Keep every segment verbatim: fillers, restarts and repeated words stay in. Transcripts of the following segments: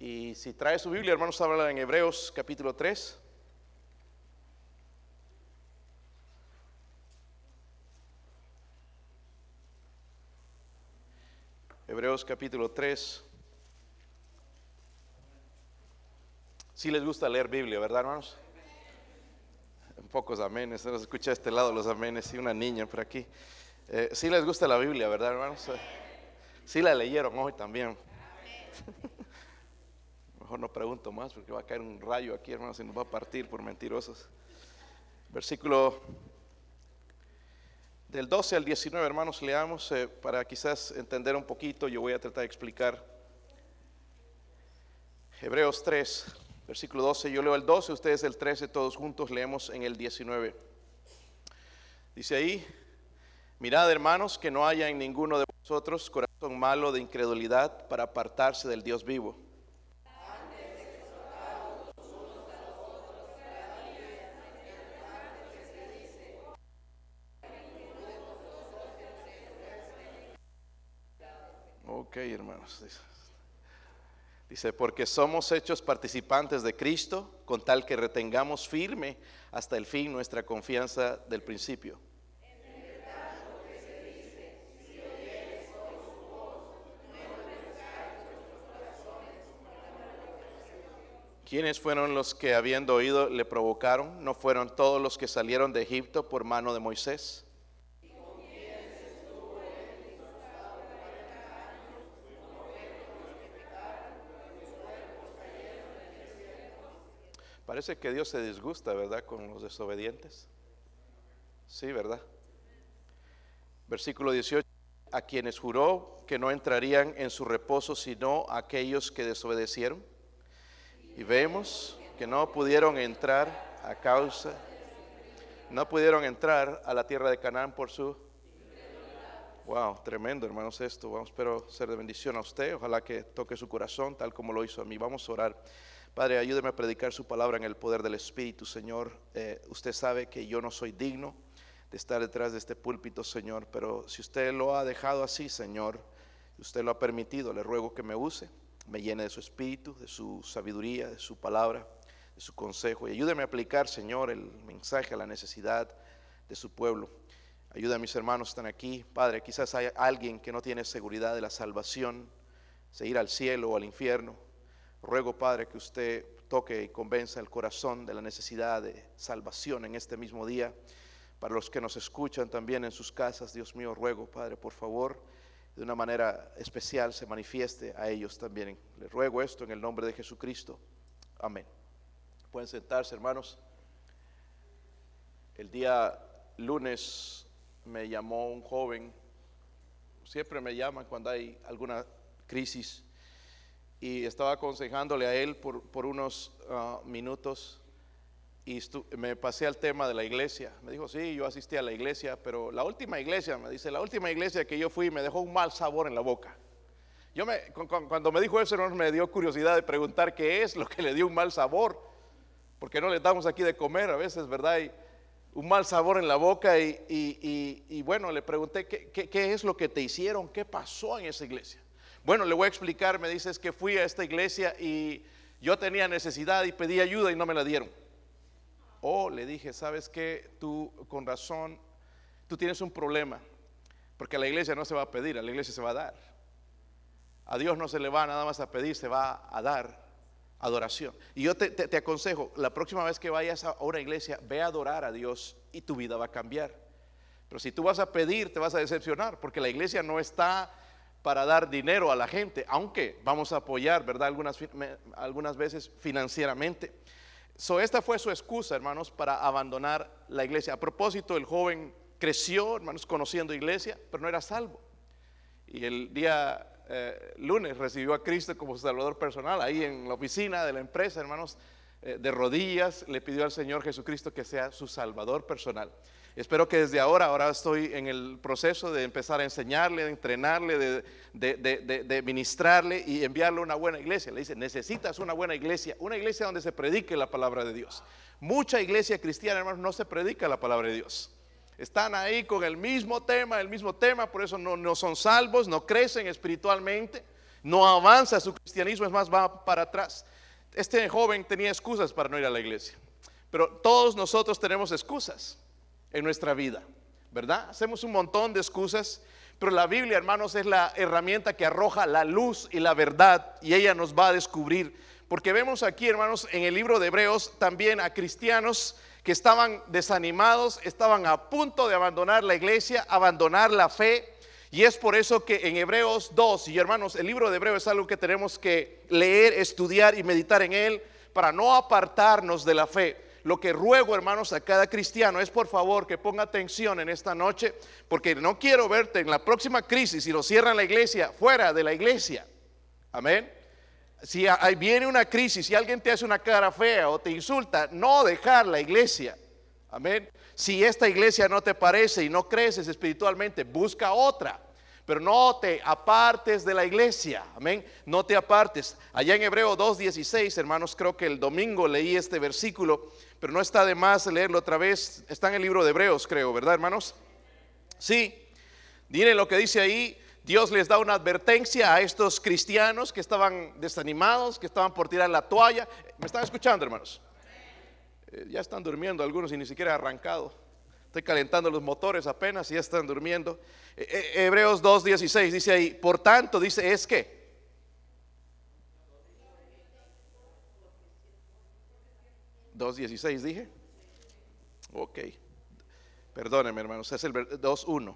Y si trae su Biblia, hermanos, habla en Hebreos capítulo tres. Hebreos capítulo tres. Si les gusta leer Biblia, ¿verdad, hermanos? Un pocos amenes, no se escucha a este lado los amenes y una niña por aquí. Eh, si les gusta la Biblia, ¿verdad, hermanos? Si la leyeron hoy también. Mejor no pregunto más porque va a caer un rayo aquí, hermanos, y nos va a partir por mentirosos. Versículo del doce al diecinueve, hermanos, leamos eh, para quizás entender un poquito. Yo voy a tratar de explicar. Hebreos tres, versículo doce. Yo leo el doce, ustedes el trece, todos juntos leemos en el diecinueve. Dice ahí: mirad, hermanos, que no haya en ninguno de vosotros corazón malo de incredulidad para apartarse del Dios vivo. Ok, hermanos. Dice, porque somos hechos participantes de Cristo, con tal que retengamos firme hasta el fin nuestra confianza del principio. ¿Quiénes fueron los que, habiendo oído, le provocaron? ¿No fueron todos los que salieron de Egipto por mano de Moisés? Parece que Dios se disgusta, ¿verdad?, con los desobedientes. Sí, ¿verdad? Versículo dieciocho. A quienes juró que no entrarían en su reposo sino aquellos que desobedecieron. Y vemos que no pudieron entrar a causa, no pudieron entrar a la tierra de Canaán por su... Wow, tremendo, hermanos, esto. Vamos, espero ser de bendición a usted. Ojalá que toque su corazón tal como lo hizo a mí. Vamos a orar. Padre, ayúdeme a predicar su palabra en el poder del Espíritu, Señor. Eh, usted sabe que yo no soy digno de estar detrás de este púlpito, Señor, pero si usted lo ha dejado así, Señor, usted lo ha permitido, le ruego que me use, me llene de su espíritu, de su sabiduría, de su palabra, de su consejo, y ayúdeme a aplicar, Señor, el mensaje a la necesidad de su pueblo. Ayuda a mis hermanos que están aquí, Padre. Quizás hay alguien que no tiene seguridad de la salvación, de ir al cielo o al infierno. Ruego, Padre, que usted toque y convenza el corazón de la necesidad de salvación en este mismo día. Para los que nos escuchan también en sus casas, Dios mío, ruego, Padre, por favor, de una manera especial se manifieste a ellos también. Les ruego esto en el nombre de Jesucristo. Amén. Pueden sentarse, hermanos. El día lunes me llamó un joven. Siempre me llaman cuando hay alguna crisis. Y estaba aconsejándole a él por, por unos uh, minutos. Y me pasé al tema de la iglesia. Me dijo, sí, yo asistí a la iglesia, pero la última iglesia, me dice, la última iglesia que yo fui me dejó un mal sabor en la boca. Yo me, cuando me dijo eso, hermanos, me dio curiosidad de preguntar qué es lo que le dio un mal sabor, porque no le damos aquí de comer a veces, ¿verdad? Y un mal sabor en la boca y, y, y, y bueno, le pregunté, ¿qué, qué, ¿qué es lo que te hicieron? ¿Qué pasó en esa iglesia? Bueno, le voy a explicar. Me dice, es que fui a esta iglesia y yo tenía necesidad y pedí ayuda y no me la dieron. Oh, le dije, ¿sabes qué? Tú con razón, tú tienes un problema, porque a la iglesia no se va a pedir, a la iglesia se va a dar. A Dios no se le va nada más a pedir, se va a dar adoración. Y yo te, te, te aconsejo, la próxima vez que vayas a una iglesia, ve a adorar a Dios y tu vida va a cambiar. Pero si tú vas a pedir, te vas a decepcionar, porque la iglesia no está para dar dinero a la gente, aunque vamos a apoyar, ¿verdad? Algunas, algunas veces financieramente. So, esta fue su excusa, hermanos, para abandonar la iglesia. A propósito, el joven creció, hermanos, conociendo iglesia, pero no era salvo. Y el día eh, lunes recibió a Cristo como su salvador personal, ahí en la oficina de la empresa, hermanos, eh, de rodillas, le pidió al Señor Jesucristo que sea su salvador personal. Espero que desde ahora, ahora estoy en el proceso de empezar a enseñarle, de entrenarle, de, de, de, de, de ministrarle y enviarle a una buena iglesia. Le dice, necesitas una buena iglesia, una iglesia donde se predique la palabra de Dios. Mucha iglesia cristiana, hermanos, no se predica la palabra de Dios. Están ahí con el mismo tema, el mismo tema, por eso no, no son salvos, no crecen espiritualmente. No avanza su cristianismo, es más, va para atrás. Este joven tenía excusas para no ir a la iglesia, pero todos nosotros tenemos excusas en nuestra vida, ¿verdad? Hacemos un montón de excusas, pero la Biblia, hermanos, es la herramienta que arroja la luz y la verdad, y ella nos va a descubrir. Porque vemos aquí, hermanos, en el libro de Hebreos también a cristianos que estaban desanimados, estaban a punto de abandonar la iglesia, abandonar la fe. Y es por eso que en Hebreos dos, y hermanos, el libro de Hebreos es algo que tenemos que leer, estudiar y meditar en él para no apartarnos de la fe. Lo que ruego, hermanos, a cada cristiano es, por favor, que ponga atención en esta noche, porque no quiero verte en la próxima crisis y lo cierran la iglesia, fuera de la iglesia. Amén. Si ahí viene una crisis, si alguien te hace una cara fea o te insulta, no dejar la iglesia. Amén. Si esta iglesia no te parece y no creces espiritualmente, busca otra, pero no te apartes de la iglesia. Amén. No te apartes. Allá en Hebreos dos dieciséis, hermanos, creo que el domingo leí este versículo, pero no está de más leerlo otra vez. Está en el libro de Hebreos, creo, ¿verdad, hermanos? Sí. Miren lo que dice ahí. Dios les da una advertencia a estos cristianos que estaban desanimados, que estaban por tirar la toalla. ¿Me están escuchando, hermanos? Eh, ya están durmiendo algunos y ni siquiera he arrancado. Estoy calentando los motores apenas y ya están durmiendo. Eh, eh, Hebreos dos dieciséis dice ahí, por tanto, dice, es que dos dieciséis dije. Ok. Perdónenme, hermanos, es el dos uno.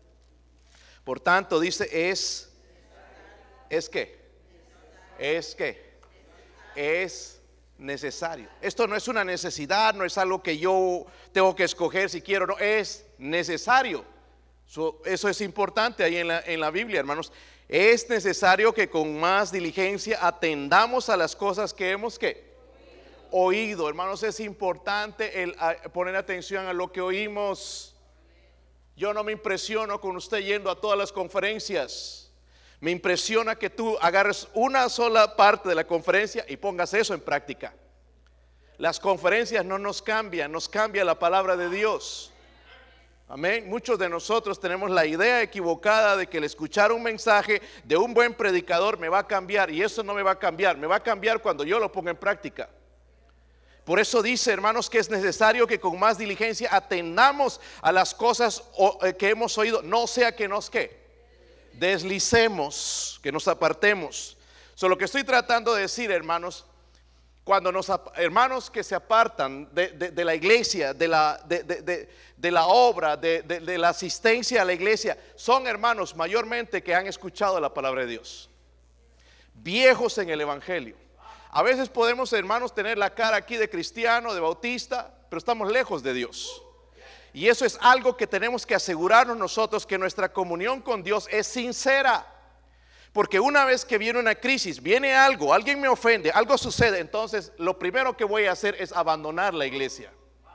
Por tanto, dice, es, es que, es que, es necesario. Esto no es una necesidad, no es algo que yo tengo que escoger si quiero, no, es necesario. So, eso es importante ahí en la, en la Biblia, hermanos. Es necesario que con más diligencia atendamos a las cosas que hemos que oído. Hermanos, es importante el a, poner atención a lo que oímos. Yo no me impresiono con usted yendo a todas las conferencias. Me impresiona que tú agarres una sola parte de la conferencia y pongas eso en práctica. Las conferencias no nos cambian, nos cambia la palabra de Dios. Amén. Muchos de nosotros tenemos la idea equivocada de que el escuchar un mensaje de un buen predicador me va a cambiar, y eso no me va a cambiar. Me va a cambiar cuando yo lo ponga en práctica. Por eso dice, hermanos, que es necesario que con más diligencia atendamos a las cosas que hemos oído, no sea que nos ¿qué? Deslicemos, que nos apartemos. So, lo que estoy tratando de decir, hermanos, cuando nos hermanos que se apartan de, de, de la iglesia, de la, de, de, de, de la obra, de, de, de la asistencia a la iglesia, son hermanos mayormente que han escuchado la palabra de Dios, viejos en el evangelio. A veces podemos, hermanos, tener la cara aquí de cristiano, de bautista, pero estamos lejos de Dios. Y eso es algo que tenemos que asegurarnos nosotros, que nuestra comunión con Dios es sincera. Porque una vez que viene una crisis, viene algo, alguien me ofende, algo sucede, entonces lo primero que voy a hacer es abandonar la iglesia.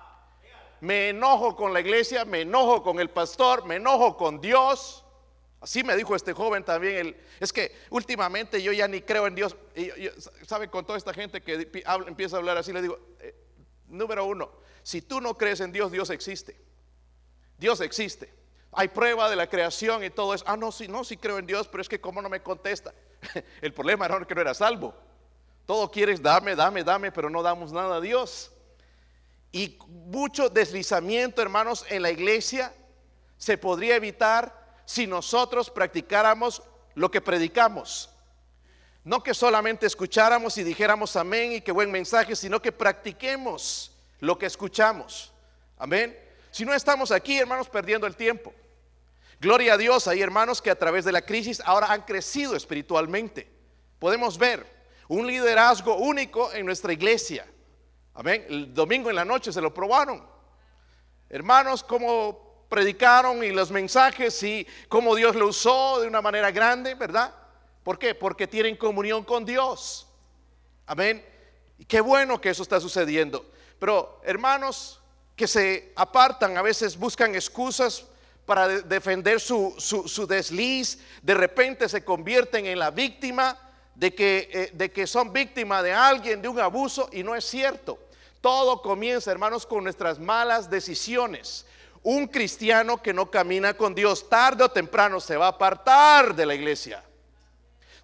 Me enojo con la iglesia, me enojo con el pastor, me enojo con Dios. Así me dijo este joven también, él, es que últimamente yo ya ni creo en Dios. Y, y, ¿sabe? Con toda esta gente que habla, empieza a hablar así, le digo, eh, número uno, si tú no crees en Dios, Dios existe. Dios existe. Hay prueba de la creación y todo eso. Ah, no, sí, no, sí creo en Dios, pero es que como no me contesta. El problema era que no era salvo. Todo quieres, dame, dame, dame, pero no damos nada a Dios. Y mucho deslizamiento, hermanos, en la iglesia se podría evitar si nosotros practicáramos lo que predicamos. No que solamente escucháramos y dijéramos amén y qué buen mensaje, sino que practiquemos lo que escuchamos. Amén. Si no, estamos aquí, hermanos, perdiendo el tiempo. Gloria a Dios, hay hermanos que a través de la crisis ahora han crecido espiritualmente. Podemos ver un liderazgo único en nuestra iglesia. Amén. El domingo en la noche se lo probaron. Hermanos, como predicaron y los mensajes y cómo Dios lo usó de una manera grande, ¿verdad? ¿Por qué? Porque tienen comunión con Dios. Amén. Y qué bueno que eso está sucediendo. Pero hermanos que se apartan, a veces buscan excusas para de- defender su, su, su desliz. De repente se convierten en la víctima de que, eh, de que son víctimas de alguien, de un abuso, y no es cierto. Todo comienza, hermanos, con nuestras malas decisiones. Un cristiano que no camina con Dios, tarde o temprano se va a apartar de la iglesia.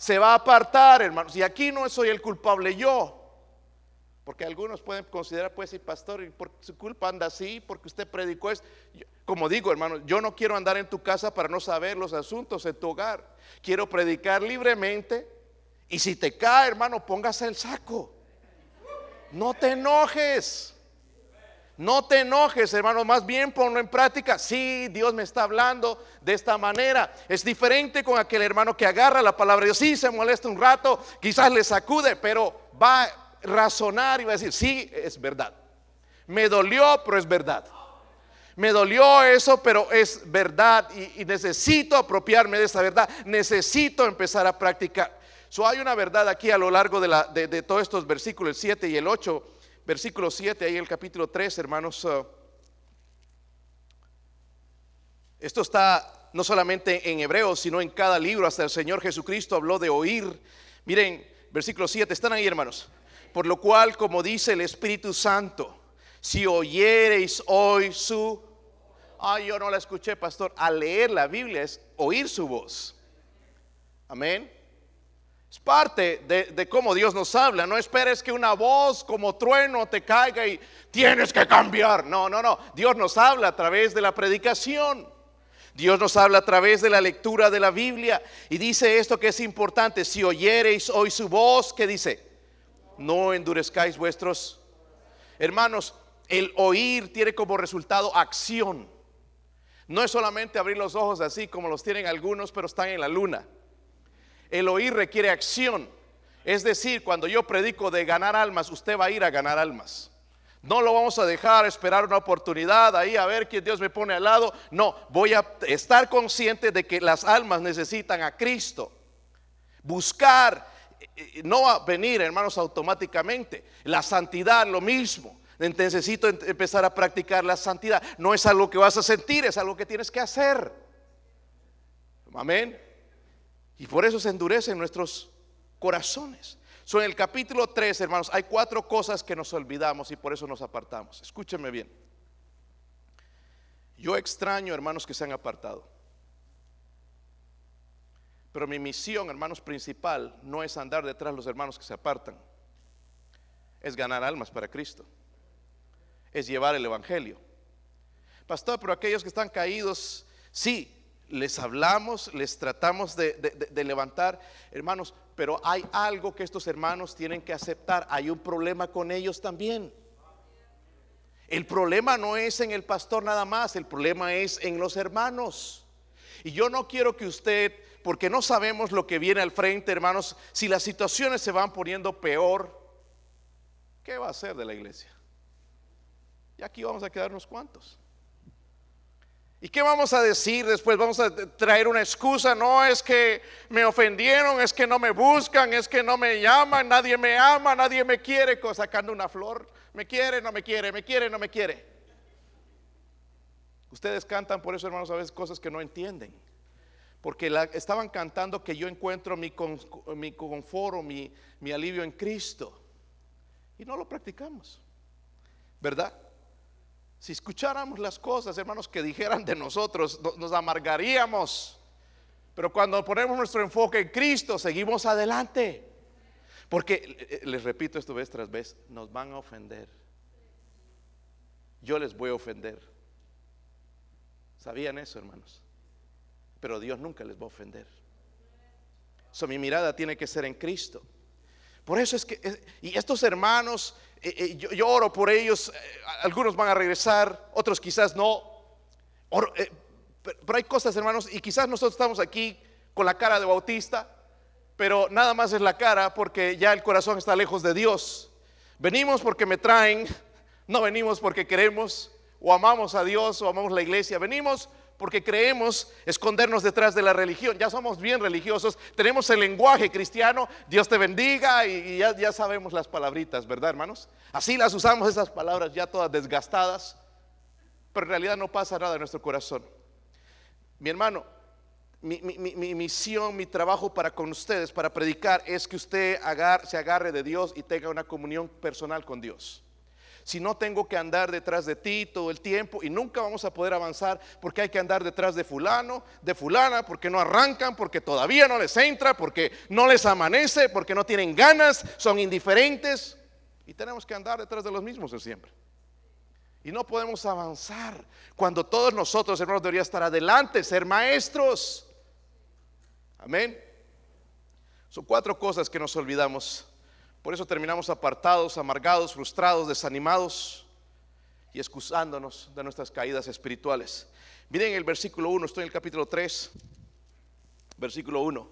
Se va a apartar, hermanos. Y aquí no soy el culpable yo. Porque algunos pueden considerar, pues, si pastor, y por su culpa anda así, porque usted predicó esto. Como digo, hermano, yo no quiero andar en tu casa para no saber los asuntos en tu hogar. Quiero predicar libremente. Y si te cae, hermano, póngase el saco. No te enojes. No te enojes, hermano, más bien ponlo en práctica. Sí, Dios me está hablando de esta manera. Es diferente con aquel hermano que agarra la palabra de Dios. Sí, se molesta un rato, quizás le sacude, pero va a razonar y va a decir, sí, es verdad. Me dolió, pero es verdad. Me dolió eso, pero es verdad. Y, y necesito apropiarme de esa verdad. Necesito empezar a practicar. So, hay una verdad aquí a lo largo de, la, de, de todos estos versículos, el siete y el ocho. Versículo siete, ahí en el capítulo tres, hermanos. Uh, esto está no solamente en Hebreos, sino en cada libro. Hasta el Señor Jesucristo habló de oír. Miren, versículo siete, están ahí, hermanos. Por lo cual, como dice el Espíritu Santo, si oyereis hoy su... Ay, yo no la escuché, pastor. Al leer la Biblia es oír su voz. Amén. Es parte de, de cómo Dios nos habla. No esperes que una voz como trueno te caiga y tienes que cambiar. No, no, no. Dios nos habla a través de la predicación. Dios nos habla a través de la lectura de la Biblia. Y dice esto que es importante. Si oyereis hoy su voz, ¿qué dice? No endurezcáis vuestros. Hermanos, el oír tiene como resultado acción. No es solamente abrir los ojos así como los tienen algunos, pero están en la luna. El oír requiere acción. Es decir, cuando yo predico de ganar almas, usted va a ir a ganar almas. No lo vamos a dejar esperar una oportunidad ahí a ver quién Dios me pone al lado. No, voy a estar consciente de que las almas necesitan a Cristo. Buscar, no va a venir, hermanos, automáticamente. La santidad, lo mismo. Necesito empezar a practicar la santidad. No es algo que vas a sentir, es algo que tienes que hacer. Amén. Y por eso se endurecen nuestros corazones. So, en el capítulo tres, hermanos, hay cuatro cosas que nos olvidamos y por eso nos apartamos. Escúchenme bien. Yo extraño, hermanos, que se han apartado. Pero mi misión, hermanos, principal no es andar detrás de los hermanos que se apartan. Es ganar almas para Cristo. Es llevar el evangelio. Pastor, pero aquellos que están caídos, sí, les hablamos, les tratamos de, de, de, de levantar, hermanos, pero hay algo que estos hermanos tienen que aceptar. Hay un problema con ellos también. El problema no es en el pastor nada más, el problema es en los hermanos. Y yo no quiero que usted, porque no sabemos lo que viene al frente, hermanos, si las situaciones se van poniendo peor, ¿qué va a hacer de la iglesia? Y aquí vamos a quedarnos cuantos. ¿Y qué vamos a decir después? Vamos a traer una excusa. No, es que me ofendieron, es que no me buscan, es que no me llaman, nadie me ama, nadie me quiere, sacando una flor. Me quiere, no me quiere, me quiere, no me quiere. Ustedes cantan por eso, hermanos, a veces cosas que no entienden. Porque la, estaban cantando que yo encuentro mi, con, mi confort, mi, mi alivio en Cristo. Y no lo practicamos, ¿verdad? Si escucháramos las cosas, hermanos, que dijeran de nosotros, nos amargaríamos. Pero cuando ponemos nuestro enfoque en Cristo, seguimos adelante. Porque, les repito esto vez tras vez, nos van a ofender. Yo les voy a ofender. ¿Sabían eso, hermanos? Pero Dios nunca les va a ofender. So, mi mirada tiene que ser en Cristo. Por eso es que, y estos hermanos, eh, eh, yo, yo oro por ellos, eh, algunos van a regresar, otros quizás no. Oro, eh, pero, pero hay cosas, hermanos, y quizás nosotros estamos aquí con la cara de Bautista, pero nada más es la cara porque ya el corazón está lejos de Dios. Venimos porque me traen, no venimos porque queremos o amamos a Dios o amamos la iglesia. Venimos porque creemos escondernos detrás de la religión. Ya somos bien religiosos, tenemos el lenguaje cristiano, Dios te bendiga, y, y ya, ya sabemos las palabritas, ¿verdad, hermanos? Así las usamos, esas palabras ya todas desgastadas, pero en realidad no pasa nada en nuestro corazón. Mi hermano, mi, mi, mi, mi misión, mi trabajo para con ustedes, para predicar, es que usted agar, se agarre de Dios y tenga una comunión personal con Dios. si no tengo que andar detrás de ti todo el tiempo? Y nunca vamos a poder avanzar porque hay que andar detrás de fulano, de fulana, porque no arrancan, porque todavía no les entra, porque no les amanece, porque no tienen ganas, son indiferentes. Y tenemos que andar detrás de los mismos de siempre. Y no podemos avanzar cuando todos nosotros, hermanos, deberíamos estar adelante, ser maestros. Amén. Son cuatro cosas que nos olvidamos. Por eso terminamos apartados, amargados, frustrados, desanimados y excusándonos de nuestras caídas espirituales. Miren el versículo uno, estoy en el capítulo tres, versículo uno.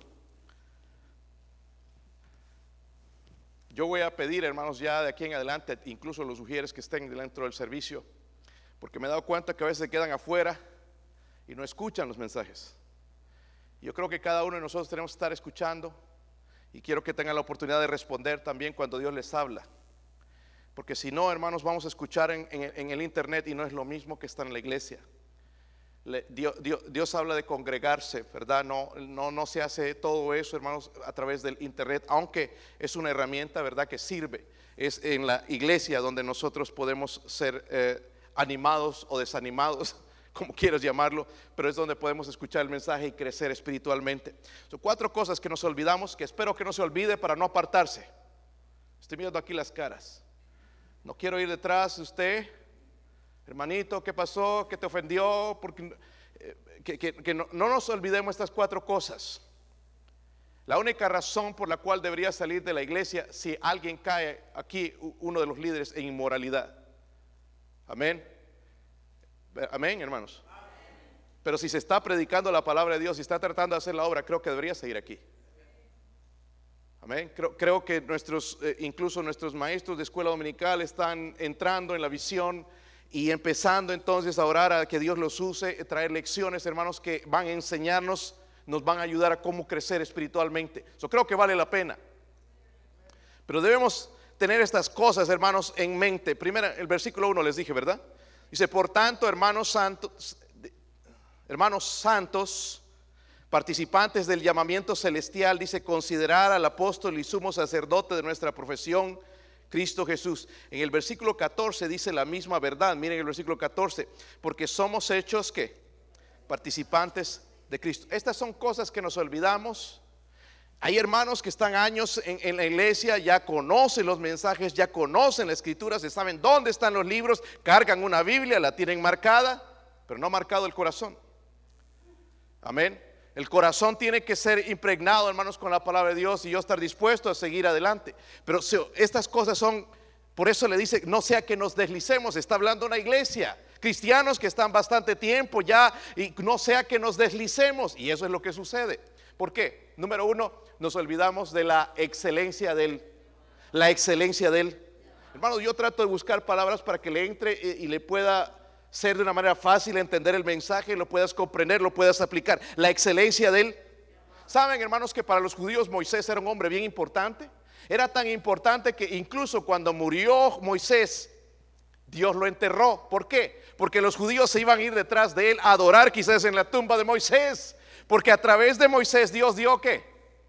Yo voy a pedir, hermanos, ya de aquí en adelante, incluso los sugieres que estén dentro del servicio, porque me he dado cuenta que a veces se quedan afuera y no escuchan los mensajes. Yo creo que cada uno de nosotros tenemos que estar escuchando. Y quiero que tengan la oportunidad de responder también cuando Dios les habla. Porque si no, hermanos, vamos a escuchar en, en, en el internet y no es lo mismo que estar en la iglesia. Le, Dios, Dios, Dios habla de congregarse, ¿verdad? No, no, no se hace todo eso, hermanos, a través del internet, aunque es una herramienta, ¿verdad?, que sirve. Es en la iglesia donde nosotros podemos ser eh, animados o desanimados, como quieras llamarlo, pero es donde podemos escuchar el mensaje y crecer espiritualmente. Son cuatro cosas que nos olvidamos, que espero que no se olvide para no apartarse. Estoy mirando aquí las caras. No quiero ir detrás de usted, hermanito, ¿qué pasó? ¿Qué te ofendió? Porque, eh, que, que, que no, no nos olvidemos estas cuatro cosas. La única razón por la cual debería salir de la iglesia si alguien cae aquí, uno de los líderes, en inmoralidad. Amén. Amén, hermanos. Pero si se está predicando la palabra de Dios y está tratando de hacer la obra, creo que debería seguir aquí. Amén. Creo, creo que nuestros, eh, incluso nuestros maestros de escuela dominical están entrando en la visión y empezando entonces a orar a que Dios los use, traer lecciones, hermanos, que van a enseñarnos, nos van a ayudar a cómo crecer espiritualmente. Yo creo que vale la pena. Pero debemos tener estas cosas, hermanos, en mente. Primero, el versículo uno les dije, ¿verdad? Dice, por tanto, hermanos santos, hermanos santos, participantes del llamamiento celestial, dice, considerar al apóstol y sumo sacerdote de nuestra profesión, Cristo Jesús. En el versículo catorce dice la misma verdad. Miren el versículo catorce, porque somos hechos, ¿qué? Participantes de Cristo. Estas son cosas que nos olvidamos. Hay hermanos que están años en, en la iglesia, ya conocen los mensajes, ya conocen la escritura, se saben dónde están los libros, cargan una Biblia, la tienen marcada, pero no ha marcado el corazón. Amén. El corazón tiene que ser impregnado, hermanos, con la palabra de Dios y yo estar dispuesto a seguir adelante. Pero estas cosas son, por eso le dice, no sea que nos deslicemos. Está hablando una iglesia, cristianos que están bastante tiempo ya, y no sea que nos deslicemos. Y eso es lo que sucede. ¿Por qué? Número uno, nos olvidamos de la excelencia del, la excelencia del. Hermano, yo trato de buscar palabras para que le entre y, y le pueda ser de una manera fácil entender el mensaje, lo puedas comprender, lo puedas aplicar. La excelencia del. ¿Saben, hermanos, que para los judíos Moisés era un hombre bien importante? Era tan importante que incluso cuando murió Moisés, Dios lo enterró. ¿Por qué? Porque los judíos se iban a ir detrás de él a adorar quizás en la tumba de Moisés. Porque a través de Moisés Dios dio ¿qué?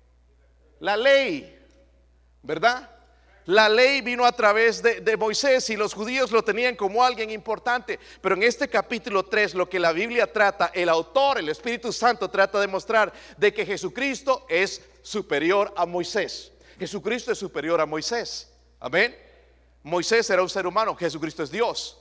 La ley, ¿verdad? La ley vino a través de, de Moisés y los judíos lo tenían como alguien importante. Pero en este capítulo tres lo que la Biblia trata, el autor, el Espíritu Santo trata de mostrar de que Jesucristo es superior a Moisés. Jesucristo es superior a Moisés. Amén. Moisés era un ser humano, Jesucristo es Dios.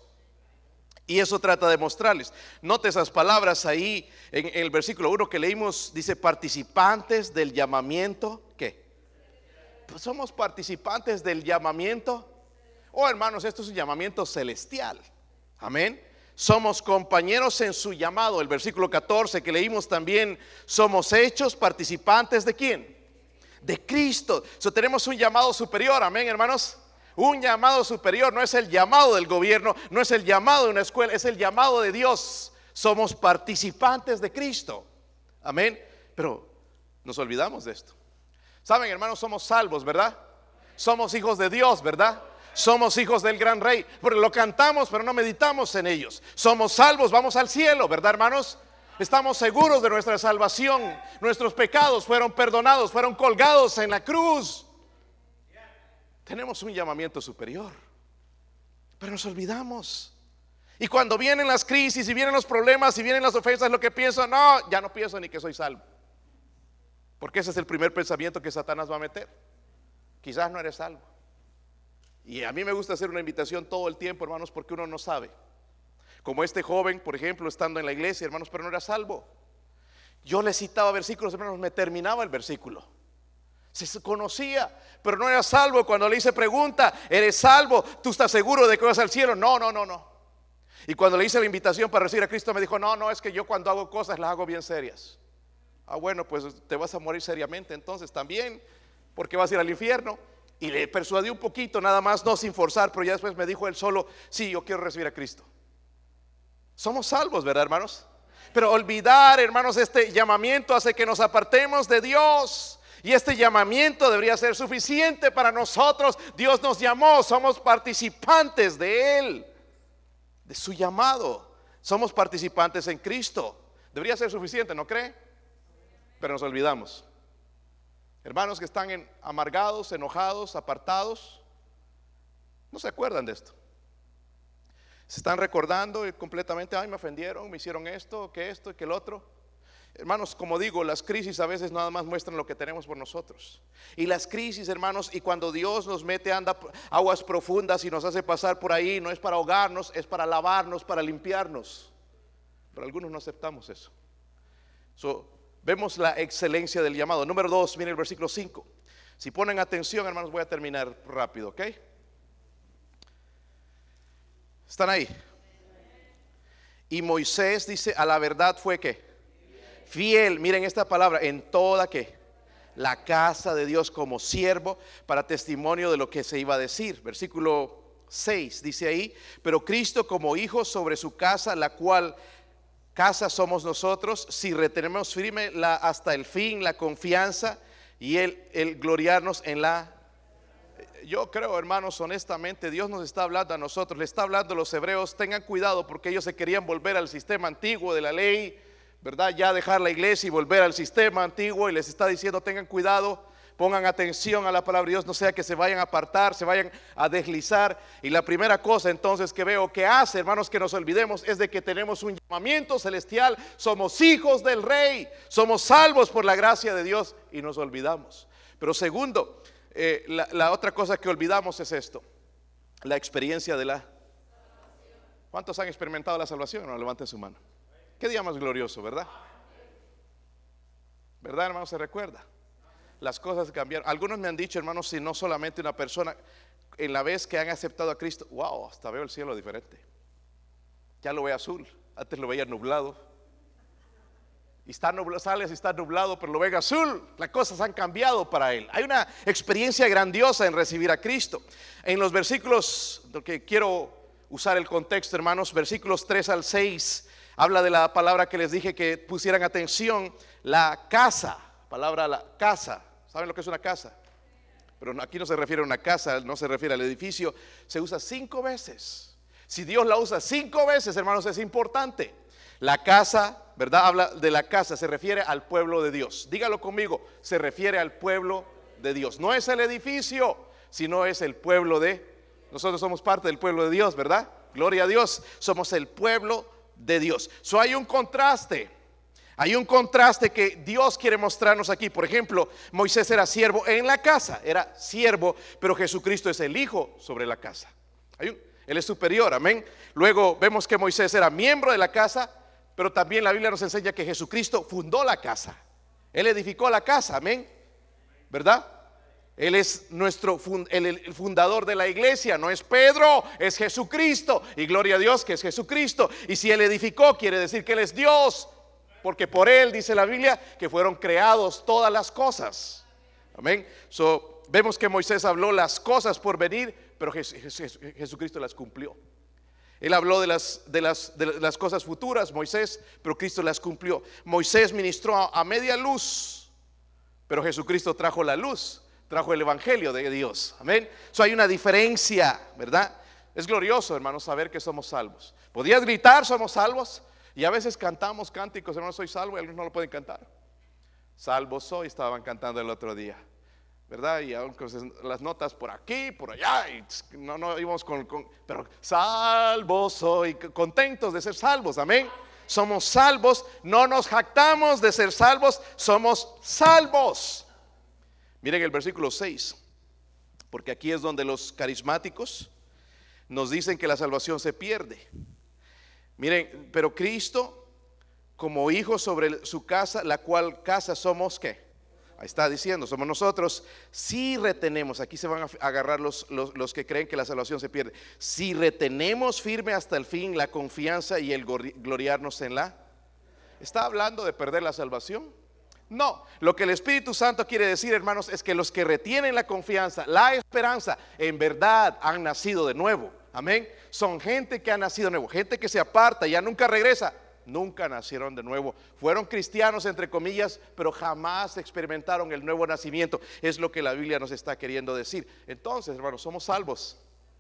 Y eso trata de mostrarles. Note esas palabras ahí en el versículo uno que leímos. Dice participantes del llamamiento. ¿Qué? Pues somos participantes del llamamiento. Oh, hermanos, esto es un llamamiento celestial. Amén. Somos compañeros en su llamado. El versículo catorce que leímos también. Somos hechos participantes de ¿quién? De Cristo. So, tenemos un llamado superior. Amén, hermanos. Un llamado superior, no es el llamado del gobierno, no es el llamado de una escuela, es el llamado de Dios. Somos participantes de Cristo. Amén. Pero nos olvidamos de esto. Saben, hermanos, somos salvos, ¿verdad? Somos hijos de Dios, ¿verdad? Somos hijos del gran rey. Porque lo cantamos, pero no meditamos en ellos. Somos salvos, vamos al cielo, ¿verdad, hermanos? Estamos seguros de nuestra salvación. Nuestros pecados fueron perdonados, fueron colgados en la cruz. Tenemos un llamamiento superior. pero nos olvidamos. Y cuando vienen las crisis y vienen los problemas y vienen las ofensas, lo que pienso, no, ya no pienso ni que soy salvo. Porque ese es el primer pensamiento que Satanás va a meter. Quizás no eres salvo. Y a mí me gusta hacer una invitación todo el tiempo, hermanos, porque uno no sabe. Como este joven, por ejemplo, estando en la iglesia, hermanos, pero no era salvo. Yo le citaba versículos, hermanos, me terminaba el versículo. Se conocía, pero no era salvo. Cuando le hice pregunta, ¿eres salvo? ¿Tú estás seguro de que vas al cielo? No, no, no, no. Y cuando le hice la invitación para recibir a Cristo, me dijo, no, no, es que yo cuando hago cosas las hago bien serias. Ah, bueno, pues te vas a morir seriamente entonces también, porque vas a ir al infierno. Y le persuadí un poquito, nada más, no sin forzar, pero ya después me dijo él solo, sí, yo quiero recibir a Cristo. Somos salvos, ¿verdad, hermanos? Pero olvidar, hermanos, este llamamiento hace que nos apartemos de Dios. Y este llamamiento debería ser suficiente para nosotros. Dios nos llamó, somos participantes de Él, de su llamado. Somos participantes en Cristo. Debería ser suficiente, ¿no cree? Pero nos olvidamos. Hermanos que están en, amargados, enojados, apartados, no se acuerdan de esto. Se están recordando y completamente, ay, me ofendieron, me hicieron esto, que esto, que el otro. Hermanos, como digo, las crisis a veces nada más muestran lo que tenemos por nosotros. Y las crisis, hermanos, y cuando Dios nos mete anda aguas profundas y nos hace pasar por ahí, no es para ahogarnos, es para lavarnos, para limpiarnos. Pero algunos no aceptamos eso. So, vemos la excelencia del llamado. Número dos, miren el versículo cinco. Si ponen atención, hermanos, voy a terminar rápido, ¿ok? ¿Están ahí? Y Moisés dice, a la verdad fue que fiel, miren esta palabra, en toda que la casa de Dios como siervo para testimonio de lo que se iba a decir. Versículo seis dice ahí, pero Cristo como hijo sobre su casa, la cual casa somos nosotros, si retenemos firme la, hasta el fin la confianza y el, el gloriarnos en la... Yo creo, hermanos, honestamente, Dios nos está hablando a nosotros, le está hablando a los hebreos, tengan cuidado porque ellos se querían volver al sistema antiguo de la ley, ¿verdad? Ya dejar la iglesia y volver al sistema antiguo, y les está diciendo, tengan cuidado, pongan atención a la palabra de Dios, no sea que se vayan a apartar, se vayan a deslizar. Y la primera cosa entonces que veo que hace, hermanos, que nos olvidemos es de que tenemos un llamamiento celestial, somos hijos del Rey, somos salvos por la gracia de Dios y nos olvidamos. Pero segundo, eh, la, la otra cosa que olvidamos es esto, la experiencia de la... ¿Cuántos han experimentado la salvación? No, levanten su mano. Qué día más glorioso, ¿verdad? ¿Verdad, hermanos? Se recuerda. Las cosas cambiaron. Algunos me han dicho, hermanos, si no solamente una persona, en la vez que han aceptado a Cristo, wow, hasta veo el cielo diferente. Ya lo veo azul, antes lo veía nublado. Y está nublado, sales y está nublado, pero lo ve azul. Las cosas han cambiado para él. Hay una experiencia grandiosa en recibir a Cristo. En los versículos, que quiero usar el contexto, hermanos, versículos tres al seis, habla de la palabra que les dije que pusieran atención, la casa, palabra la casa. ¿Saben lo que es una casa? Pero aquí no se refiere a una casa, no se refiere al edificio, se usa cinco veces. Si Dios la usa cinco veces, hermanos, es importante. La casa, ¿verdad? Habla de la casa, se refiere al pueblo de Dios. Dígalo conmigo, se refiere al pueblo de Dios. No es el edificio, sino es el pueblo de... Nosotros somos parte del pueblo de Dios, ¿verdad? Gloria a Dios, somos el pueblo de Dios. So hay un contraste. Hay un contraste que Dios quiere mostrarnos aquí. Por ejemplo, Moisés era siervo en la casa, era siervo, pero Jesucristo es el hijo sobre la casa. Hay un, él es superior, amén. Luego vemos que Moisés era miembro de la casa, pero también la Biblia nos enseña que Jesucristo fundó la casa. Él edificó la casa, amén, ¿verdad? Él es nuestro el fundador de la iglesia, no es Pedro, es Jesucristo. Y gloria a Dios que es Jesucristo. Y si Él edificó, quiere decir que Él es Dios, porque por Él dice la Biblia que fueron creados todas las cosas. Amén. So, vemos que Moisés habló las cosas por venir, pero Jesucristo las cumplió. Él habló de las, de, las, de las cosas futuras, Moisés, pero Cristo las cumplió. Moisés ministró a, a media luz, pero Jesucristo trajo la luz, trajo el evangelio de Dios. Amén. So, hay una diferencia, ¿verdad? Es glorioso, hermanos, saber que somos salvos. ¿Podías gritar somos salvos? Y a veces cantamos cánticos, hermanos, soy salvo, y algunos no lo pueden cantar. Salvo soy, estaban cantando el otro día. ¿verdad? Y aunque las notas por aquí, por allá, y no, no íbamos con, con, pero salvos soy, contentos de ser salvos, amén. Somos salvos, no nos jactamos de ser salvos, somos salvos. Miren el versículo seis, porque aquí es donde los carismáticos nos dicen que la salvación se pierde. Miren, pero Cristo como hijo sobre su casa, la cual casa somos, ¿qué? Ahí está diciendo, somos nosotros. Si retenemos, aquí se van a agarrar los, los, los que creen que la salvación se pierde. Si retenemos firme hasta el fin la confianza y el gloriarnos en la. ¿Está hablando de perder la salvación? No, lo que el Espíritu Santo quiere decir, hermanos, es que los que retienen la confianza, la esperanza, en verdad han nacido de nuevo. Amén. Son gente que ha nacido de nuevo, gente que se aparta, ya nunca regresa. Nunca nacieron de nuevo. Fueron cristianos entre comillas, pero jamás experimentaron el nuevo nacimiento. Es lo que la Biblia nos está queriendo decir. Entonces, hermanos, somos salvos,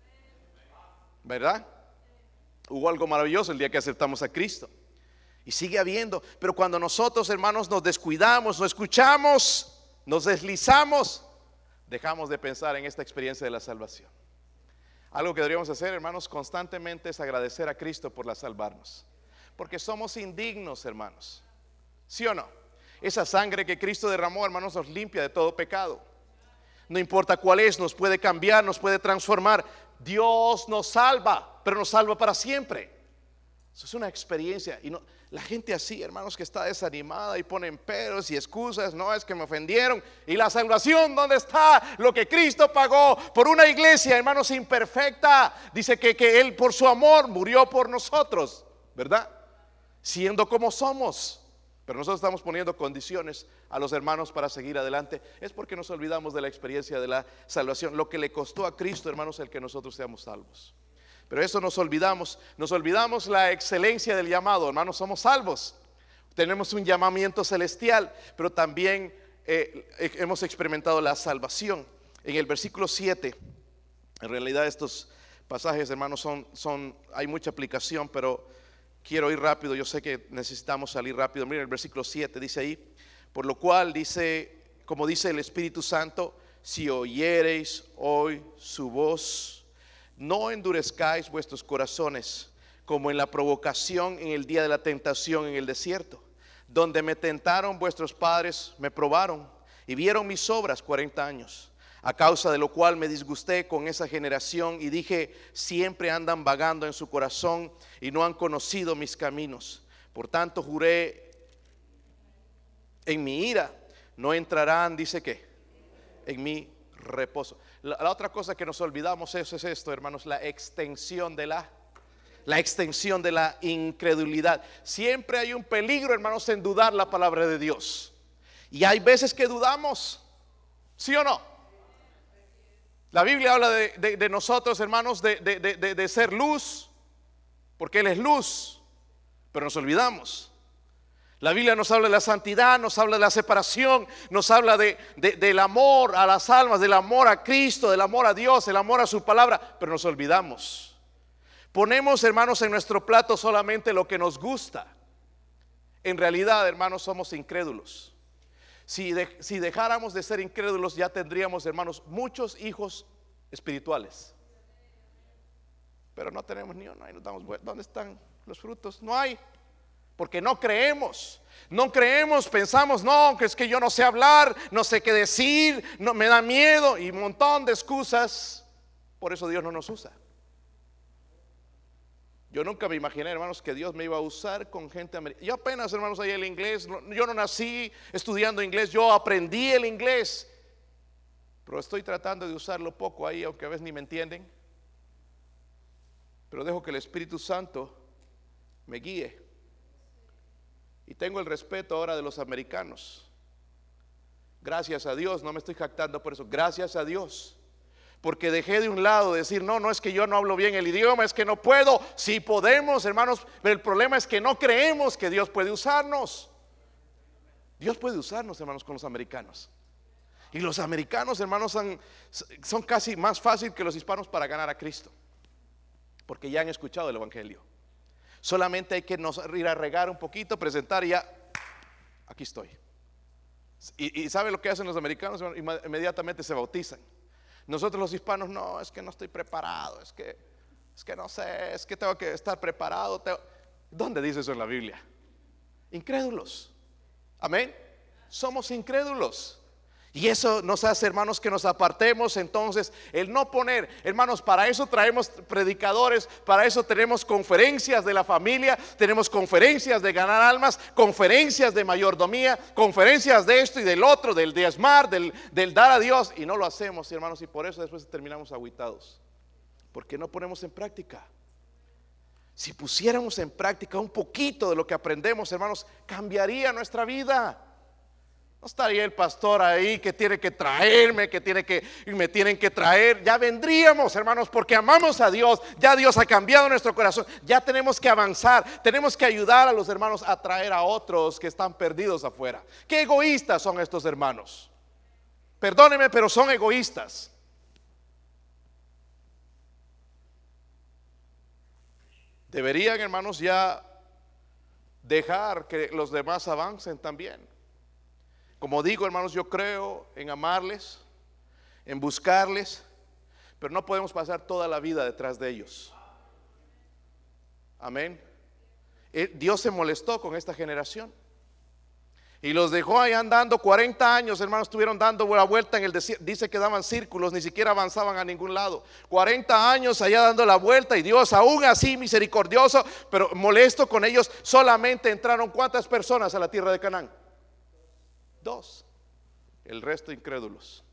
¿verdad? Hubo algo maravilloso el día que aceptamos a Cristo. Y sigue habiendo. Pero cuando nosotros, hermanos, nos descuidamos, no escuchamos, nos deslizamos, dejamos de pensar en esta experiencia de la salvación. Algo que deberíamos hacer, hermanos, constantemente es agradecer a Cristo por la salvarnos. Porque somos indignos, hermanos. ¿Sí o no? Esa sangre que Cristo derramó, hermanos, nos limpia de todo pecado. No importa cuál es, nos puede cambiar, nos puede transformar. Dios nos salva, pero nos salva para siempre. Eso es una experiencia. Y no, la gente así, hermanos, que está desanimada y ponen peros y excusas. No, es que me ofendieron. ¿Y la salvación dónde está? Lo que Cristo pagó por una iglesia, hermanos, imperfecta. Dice que, que Él por su amor murió por nosotros, ¿verdad? Siendo como somos. Pero nosotros estamos poniendo condiciones a los hermanos para seguir adelante. Es porque nos olvidamos de la experiencia de la salvación, lo que le costó a Cristo, hermanos, el que nosotros seamos salvos. Pero eso nos olvidamos. Nos olvidamos la excelencia del llamado. Hermanos, somos salvos, tenemos un llamamiento celestial, pero también eh, hemos experimentado la salvación. En el versículo siete, en realidad estos pasajes, hermanos, son, son hay mucha aplicación, pero quiero ir rápido, yo sé que necesitamos salir rápido. Miren el versículo siete, dice ahí: por lo cual dice, como dice el Espíritu Santo, si oyereis hoy su voz, no endurezcáis vuestros corazones, como en la provocación en el día de la tentación en el desierto, donde me tentaron vuestros padres, me probaron y vieron mis obras cuarenta años. A causa de lo cual me disgusté con esa generación y dije, siempre andan vagando en su corazón y no han conocido mis caminos. Por tanto juré en mi ira, no entrarán, dice que, en mi reposo. La, la otra cosa que nos olvidamos es, es esto, hermanos, la extensión de la, la extensión de la incredulidad. Siempre hay un peligro, hermanos, en dudar la palabra de Dios. Y hay veces que dudamos, ¿sí o no? La Biblia habla de, de, de nosotros, hermanos, de, de, de, de ser luz, porque Él es luz, pero nos olvidamos. La Biblia nos habla de la santidad, nos habla de la separación, nos habla de, de, del amor a las almas, del amor a Cristo, del amor a Dios, el amor a su palabra, pero nos olvidamos. Ponemos, hermanos, en nuestro plato solamente lo que nos gusta. En realidad, hermanos, somos incrédulos. Si, de, si dejáramos de ser incrédulos, ya tendríamos, hermanos, muchos hijos espirituales. Pero no tenemos ni uno. Ahí nos damos vuelta. ¿Dónde están los frutos? No hay. Porque no creemos. No creemos, pensamos, no, que es que yo no sé hablar, no sé qué decir, no, me da miedo y un montón de excusas. Por eso Dios no nos usa. Yo nunca me imaginé, hermanos, que Dios me iba a usar con gente americana. Yo apenas, hermanos, ahí el inglés, yo no nací estudiando inglés, yo aprendí el inglés, pero estoy tratando de usarlo poco ahí, aunque a veces ni me entienden. Pero dejo que el Espíritu Santo me guíe. Y tengo el respeto ahora de los americanos. Gracias a Dios, no me estoy jactando por eso, gracias a Dios. Porque dejé de un lado decir, no, no es que yo no hablo bien el idioma, es que no puedo. Sí podemos, hermanos, pero el problema es que no creemos que Dios puede usarnos. Dios puede usarnos, hermanos, con los americanos. Y los americanos, hermanos, son, son casi más fácil que los hispanos para ganar a Cristo. Porque ya han escuchado el evangelio. Solamente hay que nos ir a regar un poquito, presentar y ya, aquí estoy. Y, y ¿sabe lo que hacen los americanos? Inmediatamente se bautizan. Nosotros los hispanos, no, es que no estoy preparado, es que, es que no sé, es que tengo que estar preparado. Tengo... ¿Dónde dice eso en la Biblia? Incrédulos. Amén. Somos incrédulos. Y eso nos hace, hermanos, que nos apartemos. Entonces, el no poner, hermanos, para eso traemos predicadores, para eso tenemos conferencias de la familia, tenemos conferencias de ganar almas, conferencias de mayordomía, conferencias de esto y del otro, del diezmar, del, del dar a Dios, y no lo hacemos, hermanos, y por eso después terminamos agüitados, porque no ponemos en práctica. Si pusiéramos en práctica un poquito de lo que aprendemos, hermanos, cambiaría nuestra vida. No estaría el pastor ahí que tiene que traerme, que tiene que, me tienen que traer. Ya vendríamos, hermanos, porque amamos a Dios. Ya Dios ha cambiado nuestro corazón. Ya tenemos que avanzar. Tenemos que ayudar a los hermanos a traer a otros que están perdidos afuera. Qué egoístas son estos hermanos. Perdónenme, pero son egoístas. Deberían, hermanos, ya dejar que los demás avancen también. Como digo, hermanos, yo creo en amarles, en buscarles, pero no podemos pasar toda la vida detrás de ellos. Amén. Dios se molestó con esta generación y los dejó ahí andando cuarenta años, hermanos, estuvieron dando la vuelta en el desierto. Dice que daban círculos, ni siquiera avanzaban a ningún lado. cuarenta años allá dando la vuelta, y Dios aún así misericordioso, pero molesto con ellos. Solamente entraron ¿cuántas personas a la tierra de Canaán? Dos. El resto incrédulos.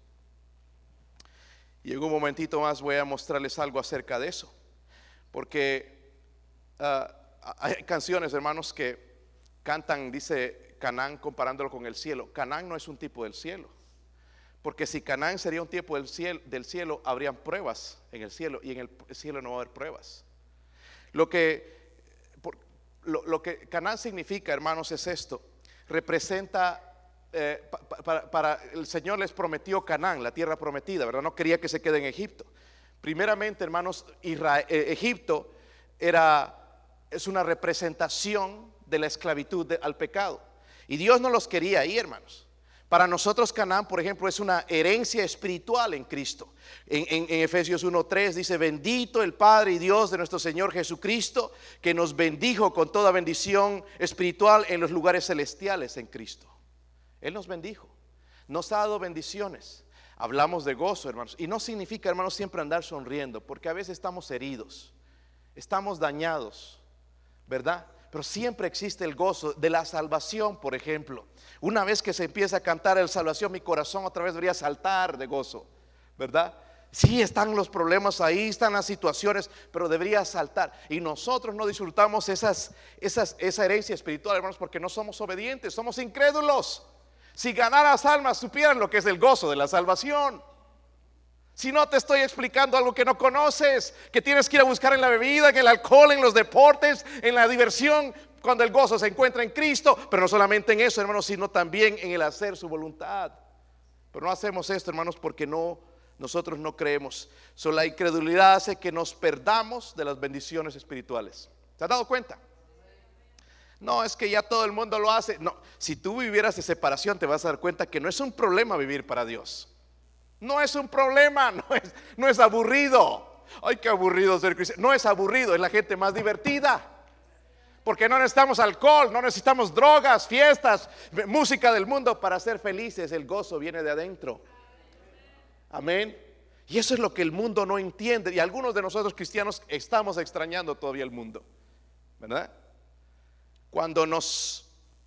Y en un momentito más voy a mostrarles algo acerca de eso, porque uh, hay canciones, hermanos, que cantan, dice Canaán, comparándolo con el cielo. Canaán no es un tipo del cielo, porque si Canaán sería un tipo del cielo, del cielo, habrían pruebas en el cielo, y en el cielo no va a haber pruebas. Lo que, por, lo, lo que Canaán significa, hermanos, es esto. Representa Eh, pa, para, para el Señor les prometió Canaán, la tierra prometida, ¿verdad? No quería que se quede en Egipto. Primeramente, hermanos, Israel, eh, Egipto era, es una representación de la esclavitud de, al pecado, y Dios no los quería ahí, hermanos. Para nosotros Canaán, por ejemplo, es una herencia espiritual en Cristo. En, en, en Efesios uno tres dice: bendito el Padre y Dios de nuestro Señor Jesucristo, que nos bendijo con toda bendición espiritual en los lugares celestiales en Cristo. Él nos bendijo, nos ha dado bendiciones. Hablamos de gozo, hermanos, y no significa, hermanos, siempre andar sonriendo, porque a veces estamos heridos, estamos dañados, ¿verdad? Pero siempre existe el gozo de la salvación, por ejemplo. Una vez que se empieza a cantar el salvación, mi corazón otra vez debería saltar de gozo, ¿verdad? Sí, están los problemas ahí, están las situaciones, pero debería saltar. Y nosotros no disfrutamos esas, esas, esa herencia espiritual, hermanos, porque no somos obedientes, somos incrédulos. Si ganaras almas, supieran lo que es el gozo de la salvación. Si no te estoy explicando algo que no conoces, que tienes que ir a buscar en la bebida, en el alcohol, en los deportes, en la diversión, cuando el gozo se encuentra en Cristo. Pero no solamente en eso, hermanos, sino también en el hacer su voluntad. Pero no hacemos esto, hermanos, porque no, nosotros no creemos. So, la incredulidad hace que nos perdamos de las bendiciones espirituales. ¿Se has dado cuenta? No, es que ya todo el mundo lo hace. No, si tú vivieras de separación, te vas a dar cuenta que no es un problema vivir para Dios. No es un problema, no es, no es aburrido. Ay, qué aburrido ser cristiano. No es aburrido, es la gente más divertida. Porque no necesitamos alcohol, no necesitamos drogas, fiestas, música del mundo para ser felices. El gozo viene de adentro. Amén. Y eso es lo que el mundo no entiende. Y algunos de nosotros cristianos estamos extrañando todavía el mundo, ¿verdad? Cuando nos,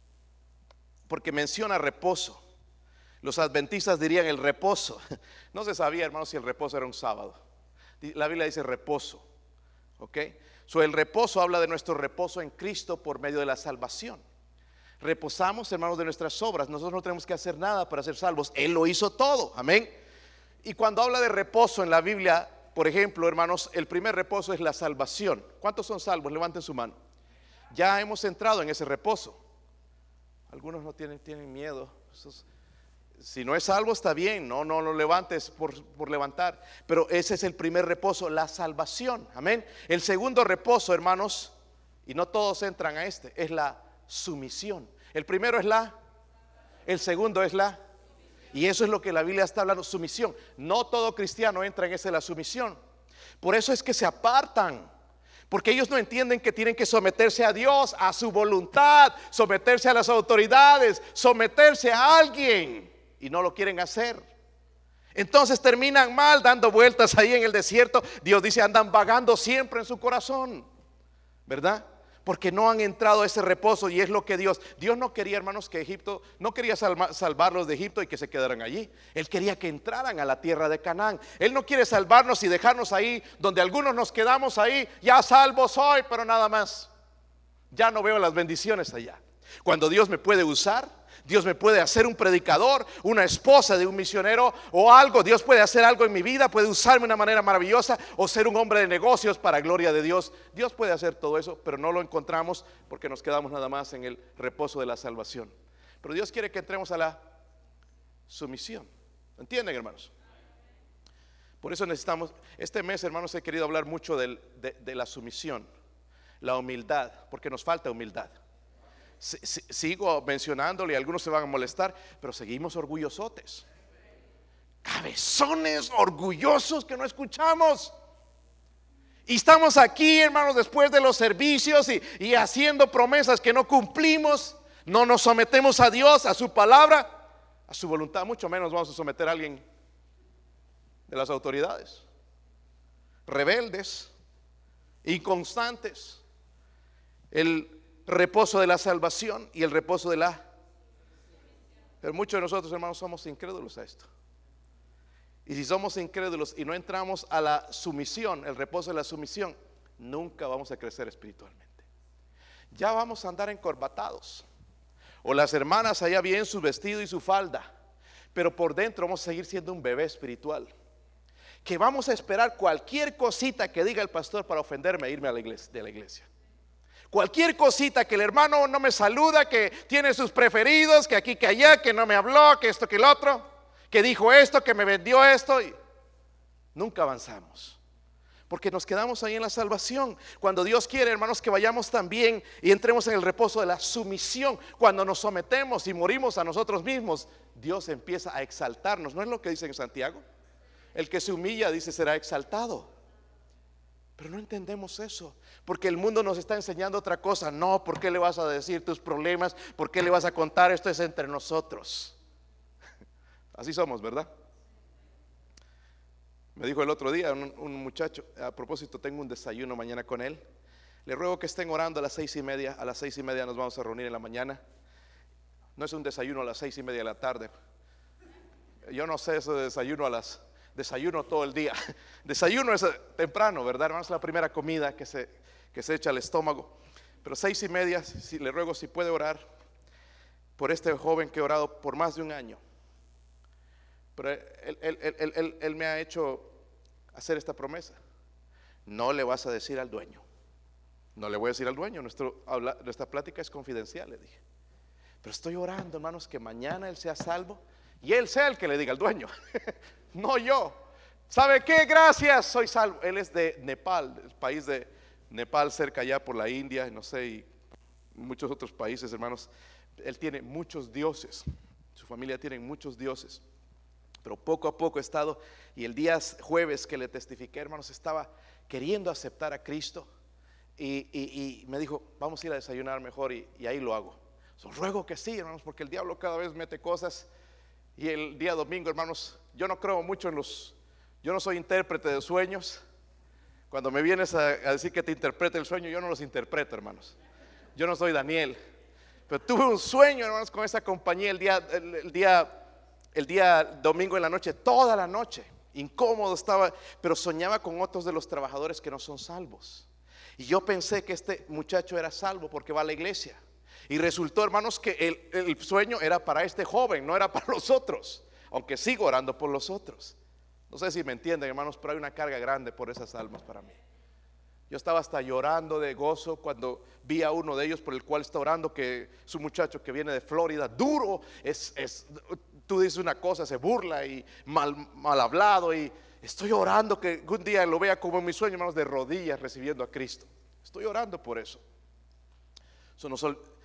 porque menciona reposo. Los adventistas dirían el reposo. No se sabía, hermanos, si el reposo era un sábado. La Biblia dice reposo, ¿ok? So, el reposo habla de nuestro reposo en Cristo por medio de la salvación. Reposamos, hermanos, de nuestras obras. Nosotros no tenemos que hacer nada para ser salvos. Él lo hizo todo, amén. Y cuando habla de reposo en la Biblia, por ejemplo, hermanos, el primer reposo es la salvación. ¿Cuántos son salvos? Levanten su mano. Ya hemos entrado en ese reposo. Algunos no tienen, tienen miedo. Si no es salvo, está bien, no, no lo levantes por, por levantar. Pero ese es el primer reposo, la salvación, amén. El segundo reposo, hermanos, y no todos entran a este, es la sumisión. El primero es la, El segundo es la, y eso es lo que la Biblia está hablando, sumisión. No todo cristiano entra en esa la sumisión. Por eso es que se apartan, porque ellos no entienden que tienen que someterse a Dios, a su voluntad, someterse a las autoridades, someterse a alguien, y no lo quieren hacer. Entonces terminan mal, dando vueltas ahí en el desierto. Dios dice, andan vagando siempre en su corazón, ¿verdad? Porque no han entrado a ese reposo. Y es lo que Dios Dios no quería, hermanos, que Egipto, no quería salva, salvarlos de Egipto y que se quedaran allí. Él quería que entraran a la tierra de Canaán. Él no quiere salvarnos y dejarnos ahí donde algunos nos quedamos ahí. Ya salvo soy, pero nada más. Ya no veo las bendiciones allá. Cuando Dios me puede usar, Dios me puede hacer un predicador, una esposa de un misionero o algo. Dios puede hacer algo en mi vida, puede usarme de una manera maravillosa, o ser un hombre de negocios para gloria de Dios. Dios puede hacer todo eso, pero no lo encontramos porque nos quedamos nada más en el reposo de la salvación. Pero Dios quiere que entremos a la sumisión. ¿Entienden, hermanos? Por eso necesitamos, este mes, hermanos, he querido hablar mucho del, de, de la sumisión, la humildad, porque nos falta humildad. Sigo mencionándole, algunos se van a molestar, pero seguimos orgullosotes, cabezones orgullosos que no escuchamos. Y estamos aquí, hermanos, después de los servicios y, y haciendo promesas que no cumplimos. No nos sometemos a Dios, a su palabra, a su voluntad. Mucho menos vamos a someter a alguien de las autoridades. Rebeldes, inconstantes. El reposo de la salvación y el reposo de la... Pero muchos de nosotros, hermanos, somos incrédulos a esto. Y si somos incrédulos y no entramos a la sumisión, el reposo de la sumisión, nunca vamos a crecer espiritualmente. Ya vamos a andar encorbatados, o las hermanas allá bien su vestido y su falda, pero por dentro vamos a seguir siendo un bebé espiritual, que vamos a esperar cualquier cosita que diga el pastor para ofenderme e irme a la iglesia, de la iglesia. Cualquier cosita, que el hermano no me saluda, que tiene sus preferidos, que aquí, que allá, que no me habló, que esto, que el otro, que dijo esto, que me vendió esto, y nunca avanzamos, porque nos quedamos ahí en la salvación. Cuando Dios quiere, hermanos, que vayamos también y entremos en el reposo de la sumisión. Cuando nos sometemos y morimos a nosotros mismos, Dios empieza a exaltarnos. ¿No es lo que dice en Santiago? El que se humilla, dice, será exaltado. Pero no entendemos eso, porque el mundo nos está enseñando otra cosa. No, ¿por qué le vas a decir tus problemas? ¿Por qué le vas a contar? Esto es entre nosotros. Así somos, ¿verdad? Me dijo el otro día un, un muchacho, a propósito, tengo un desayuno mañana con él. Le ruego que estén orando a las seis y media. A las seis y media nos vamos a reunir en la mañana. No es un desayuno a las seis y media de la tarde. Yo no sé eso de desayuno a las... Desayuno todo el día. Desayuno es temprano, ¿verdad, hermanos? Es la primera comida que se, que se echa al estómago. Pero seis y media, si, le ruego si puede orar por este joven que he orado por más de un año. Pero él, él, él, él, él, él me ha hecho hacer esta promesa. No le vas a decir al dueño. No le voy a decir al dueño. Nuestro, habla, nuestra plática es confidencial, le dije. Pero estoy orando, hermanos, que mañana él sea salvo y él sea el que le diga al dueño. No yo. ¿Sabe qué? Gracias, soy salvo. Él es de Nepal, el país de Nepal, cerca allá por la India, no sé, y muchos otros países, hermanos. Él tiene muchos dioses, su familia tiene muchos dioses. Pero poco a poco he estado, y el día jueves que le testifiqué, hermanos, estaba queriendo aceptar a Cristo. Y, y, y me dijo, vamos a ir a desayunar mejor, y, y ahí lo hago. So, ruego que sí, hermanos, porque el diablo cada vez mete cosas. Y el día domingo, hermanos, yo no creo mucho en los, yo no soy intérprete de sueños. Cuando me vienes a, a decir que te interprete el sueño, yo no los interpreto, hermanos. Yo no soy Daniel. Pero tuve un sueño, hermanos, con esa compañía el día, el, el día, el día domingo en la noche, toda la noche. Incómodo estaba, pero soñaba con otros de los trabajadores que no son salvos. Y yo pensé que este muchacho era salvo porque va a la iglesia. Y resultó, hermanos, que el, el sueño era para este joven, no era para los otros, aunque sigo orando por los otros. No sé si me entienden, hermanos, pero hay una carga grande por esas almas para mí. Yo estaba hasta llorando de gozo cuando vi a uno de ellos por el cual está orando, que es un muchacho que viene de Florida, duro, es, es, tú dices una cosa, se burla y mal, mal hablado, y estoy orando que un día lo vea como en mi sueño, hermanos, de rodillas recibiendo a Cristo. Estoy orando por eso. Eso no sol,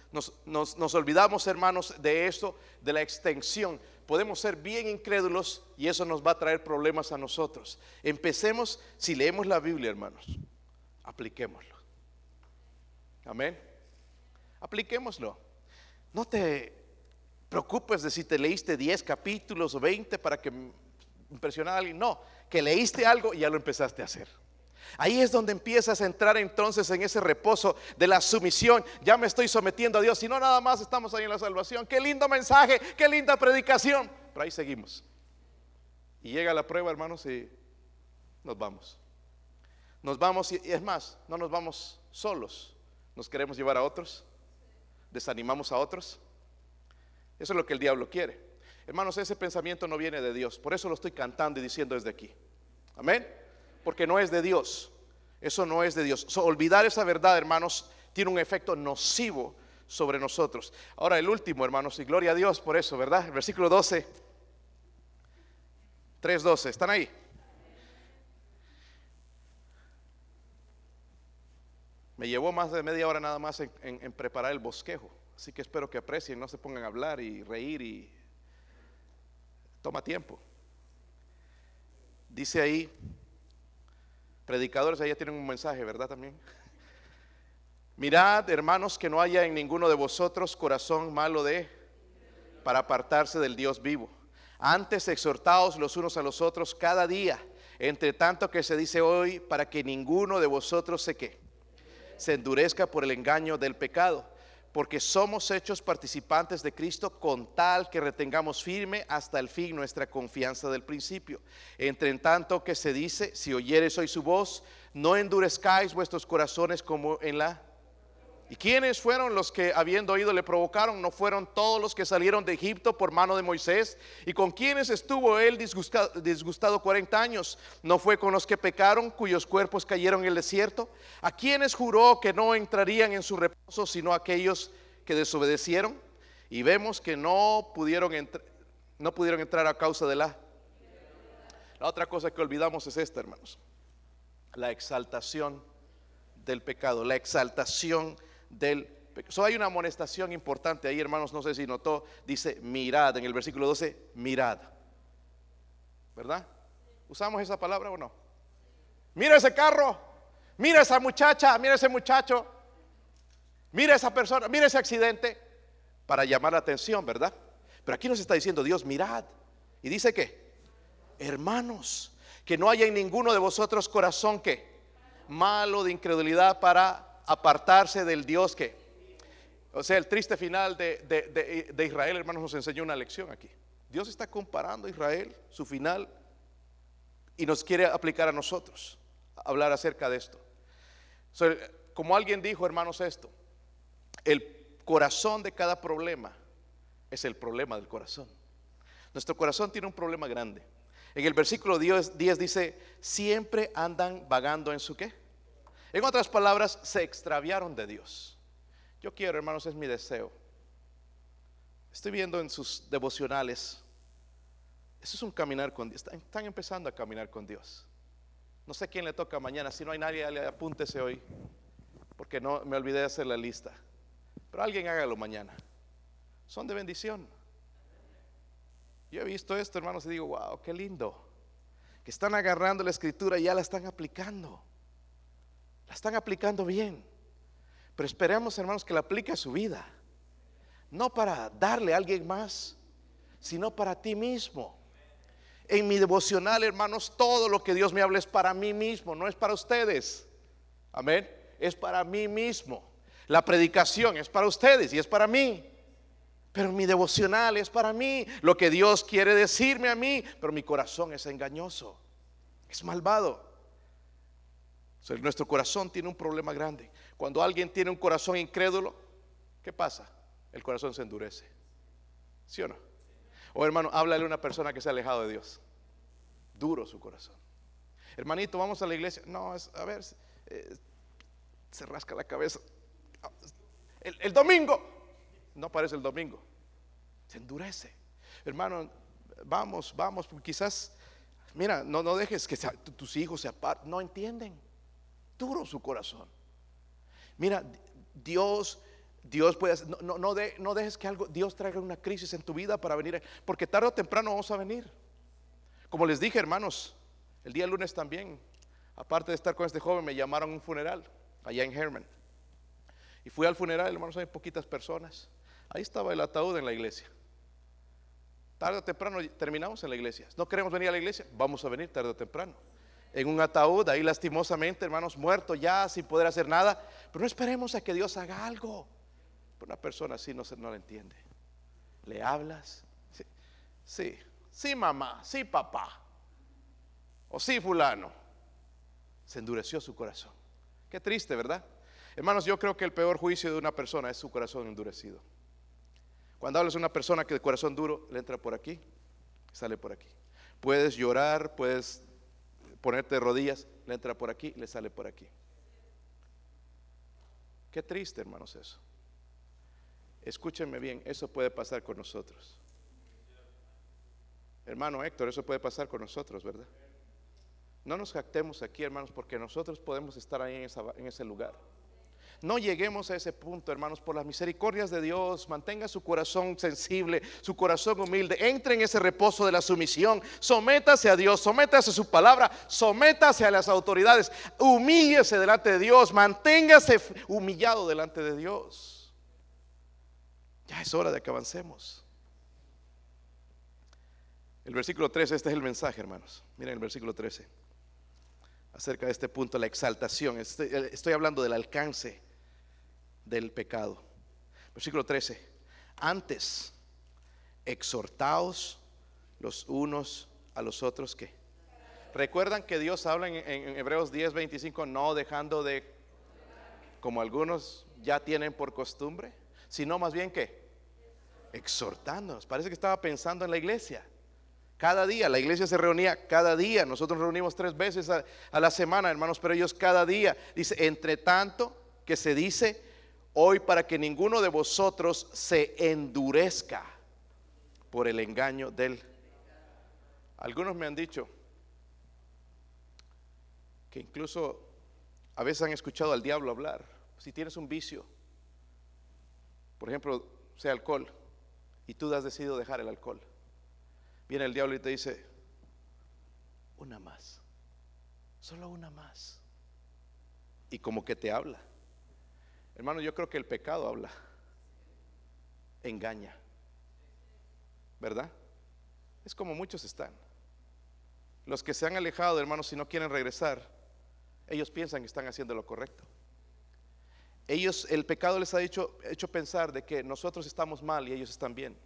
nos, nos, nos olvidamos, hermanos, de esto, de la extensión. Podemos ser bien incrédulos y eso nos va a traer problemas a nosotros. Empecemos, si leemos la Biblia, hermanos, apliquémoslo. Amén. Apliquémoslo. No te preocupes de si te leíste diez capítulos o veinte para que impresionar a alguien. No, que leíste algo y ya lo empezaste a hacer. Ahí es donde empiezas a entrar entonces en ese reposo de la sumisión. Ya me estoy sometiendo a Dios. Si no, nada más estamos ahí en la salvación. Qué lindo mensaje, qué linda predicación. Pero ahí seguimos. Y llega la prueba, hermanos, y nos vamos. Nos vamos y es más, no nos vamos solos. Nos queremos llevar a otros. Desanimamos a otros. Eso es lo que el diablo quiere. Hermanos, ese pensamiento no viene de Dios. Por eso lo estoy cantando y diciendo desde aquí. Amén. Porque no es de Dios. Eso no es de Dios. So, olvidar esa verdad, hermanos, tiene un efecto nocivo sobre nosotros. Ahora el último, hermanos, y gloria a Dios por eso, ¿verdad? El versículo doce, tres doce, ¿están ahí? Me llevó más de media hora nada más en, en, en preparar el bosquejo. Así que espero que aprecien, no se pongan a hablar y reír y toma tiempo. Dice ahí, predicadores, allá tienen un mensaje, ¿verdad? También. Mirad, hermanos, que no haya en ninguno de vosotros corazón malo de para apartarse del Dios vivo. Antes exhortaos los unos a los otros cada día, entre tanto que se dice hoy, para que ninguno de vosotros se que se endurezca por el engaño del pecado, porque somos hechos participantes de Cristo, con tal que retengamos firme hasta el fin nuestra confianza del principio. Entre tanto que se dice, si oyeres hoy su voz, no endurezcáis vuestros corazones como en la... ¿Y quiénes fueron los que habiendo oído le provocaron? ¿No fueron todos los que salieron de Egipto por mano de Moisés? ¿Y con quiénes estuvo él disgustado, disgustado cuarenta años? ¿No fue con los que pecaron, cuyos cuerpos cayeron en el desierto? ¿A quiénes juró que no entrarían en su reposo, sino aquellos que desobedecieron? Y vemos que no pudieron, entr- no pudieron entrar a causa de la... La otra cosa que olvidamos es esta, hermanos: la exaltación del pecado, la exaltación del pecado. So, hay una amonestación importante ahí, hermanos, no sé si notó, dice mirad, en el versículo doce, mirad, ¿verdad? ¿Usamos esa palabra o no? Mira ese carro, mira esa muchacha, mira ese muchacho, mira esa persona, mira ese accidente, para llamar la atención, ¿verdad? Pero aquí nos está diciendo Dios, mirad, y dice que, hermanos, que no haya en ninguno de vosotros corazón que malo de incredulidad para apartarse del Dios que, o sea, el triste final de, de, de, de Israel, hermanos, nos enseñó una lección aquí. Dios está comparando a Israel, su final, y nos quiere aplicar a nosotros, a hablar acerca de esto. So, como alguien dijo, hermanos, esto, el corazón de cada problema es el problema del corazón. Nuestro corazón tiene un problema grande. En el versículo diez dice, siempre andan vagando en su qué. En otras palabras, se extraviaron de Dios. Yo quiero, hermanos, es mi deseo. Estoy viendo en sus devocionales, eso es un caminar con Dios. Están, están empezando a caminar con Dios. No sé quién le toca mañana. Si no hay nadie, apúntese hoy, porque no me olvidé de hacer la lista. Pero alguien hágalo mañana. Son de bendición. Yo he visto esto, hermanos, y digo, wow, qué lindo. Que están agarrando la escritura y ya la están aplicando. La están aplicando bien. Pero esperemos, hermanos, que la aplique a su vida. No para darle a alguien más, sino para ti mismo. En mi devocional, hermanos, todo lo que Dios me habla es para mí mismo, no es para ustedes. Amén. Es para mí mismo. La predicación es para ustedes y es para mí. Pero mi devocional es para mí, lo que Dios quiere decirme a mí. Pero mi corazón es engañoso, es malvado. O sea, nuestro corazón tiene un problema grande. Cuando alguien tiene un corazón incrédulo, ¿qué pasa? El corazón se endurece, ¿sí o no? O hermano, háblale a una persona que se ha alejado de Dios. Duro su corazón. Hermanito, vamos a la iglesia. No, es, a ver, eh, se rasca la cabeza. El, el domingo. No aparece el domingo, se endurece. Hermano, vamos, vamos, quizás, mira, no, no dejes que se, tus hijos se aparten, no entienden, duro su corazón. Mira, Dios Dios puede hacer, no, no, no, de, no dejes que algo, Dios traiga una crisis en tu vida para venir, porque tarde o temprano vamos a venir. Como les dije, hermanos, el día lunes también, aparte de estar con este joven, me llamaron a un funeral allá en Herman. Y fui al funeral, hermanos, hay poquitas personas. Ahí estaba el ataúd en la iglesia. Tarde o temprano terminamos en la iglesia. No queremos venir a la iglesia, vamos a venir tarde o temprano. En un ataúd, ahí lastimosamente, hermanos, muerto ya, sin poder hacer nada. Pero no esperemos a que Dios haga algo. Una persona así no, se, no la entiende. Le hablas, sí, sí, sí mamá, sí papá, o sí fulano. Se endureció su corazón. Qué triste, ¿verdad? Hermanos, yo creo que el peor juicio de una persona es su corazón endurecido. Cuando hablas de una persona que de corazón duro, le entra por aquí, sale por aquí. Puedes llorar, puedes ponerte de rodillas, le entra por aquí, le sale por aquí. Qué triste, hermanos, eso. Escúchenme bien, eso puede pasar con nosotros. Hermano Héctor, eso puede pasar con nosotros, ¿verdad? No nos jactemos aquí, hermanos, porque nosotros podemos estar ahí en, esa, en ese lugar. No lleguemos a ese punto, hermanos, por las misericordias de Dios. Mantenga su corazón sensible, su corazón humilde. Entre en ese reposo de la sumisión. Sométase a Dios, sométase a su palabra, sométase a las autoridades. Humíllese delante de Dios, manténgase humillado delante de Dios. Ya es hora de que avancemos. El versículo trece, este es el mensaje, hermanos. Miren el versículo trece. Acerca de este punto, la exaltación. Estoy, estoy hablando del alcance del pecado. Versículo trece. Antes, exhortaos los unos a los otros. ¿Qué? ¿Recuerdan que Dios habla en, en Hebreos diez veinticinco? No dejando de, como algunos ya tienen por costumbre, sino más bien que exhortándonos. Parece que estaba pensando en la iglesia. Cada día, la iglesia se reunía cada día. Nosotros nos reunimos tres veces a, a la semana, hermanos, pero ellos cada día. Dice, entre tanto que se dice hoy, para que ninguno de vosotros se endurezca por el engaño del. Algunos me han dicho que incluso a veces han escuchado al diablo hablar. Si tienes un vicio, por ejemplo, sea alcohol, y tú has decidido dejar el alcohol, viene el diablo y te dice, una más, solo una más, y como que te habla. Hermano, yo creo que el pecado habla, engaña, ¿verdad? Es como muchos están. Los que se han alejado, hermanos, si no quieren regresar, ellos piensan que están haciendo lo correcto. Ellos, el pecado les ha hecho, hecho pensar de que nosotros estamos mal y ellos están bien.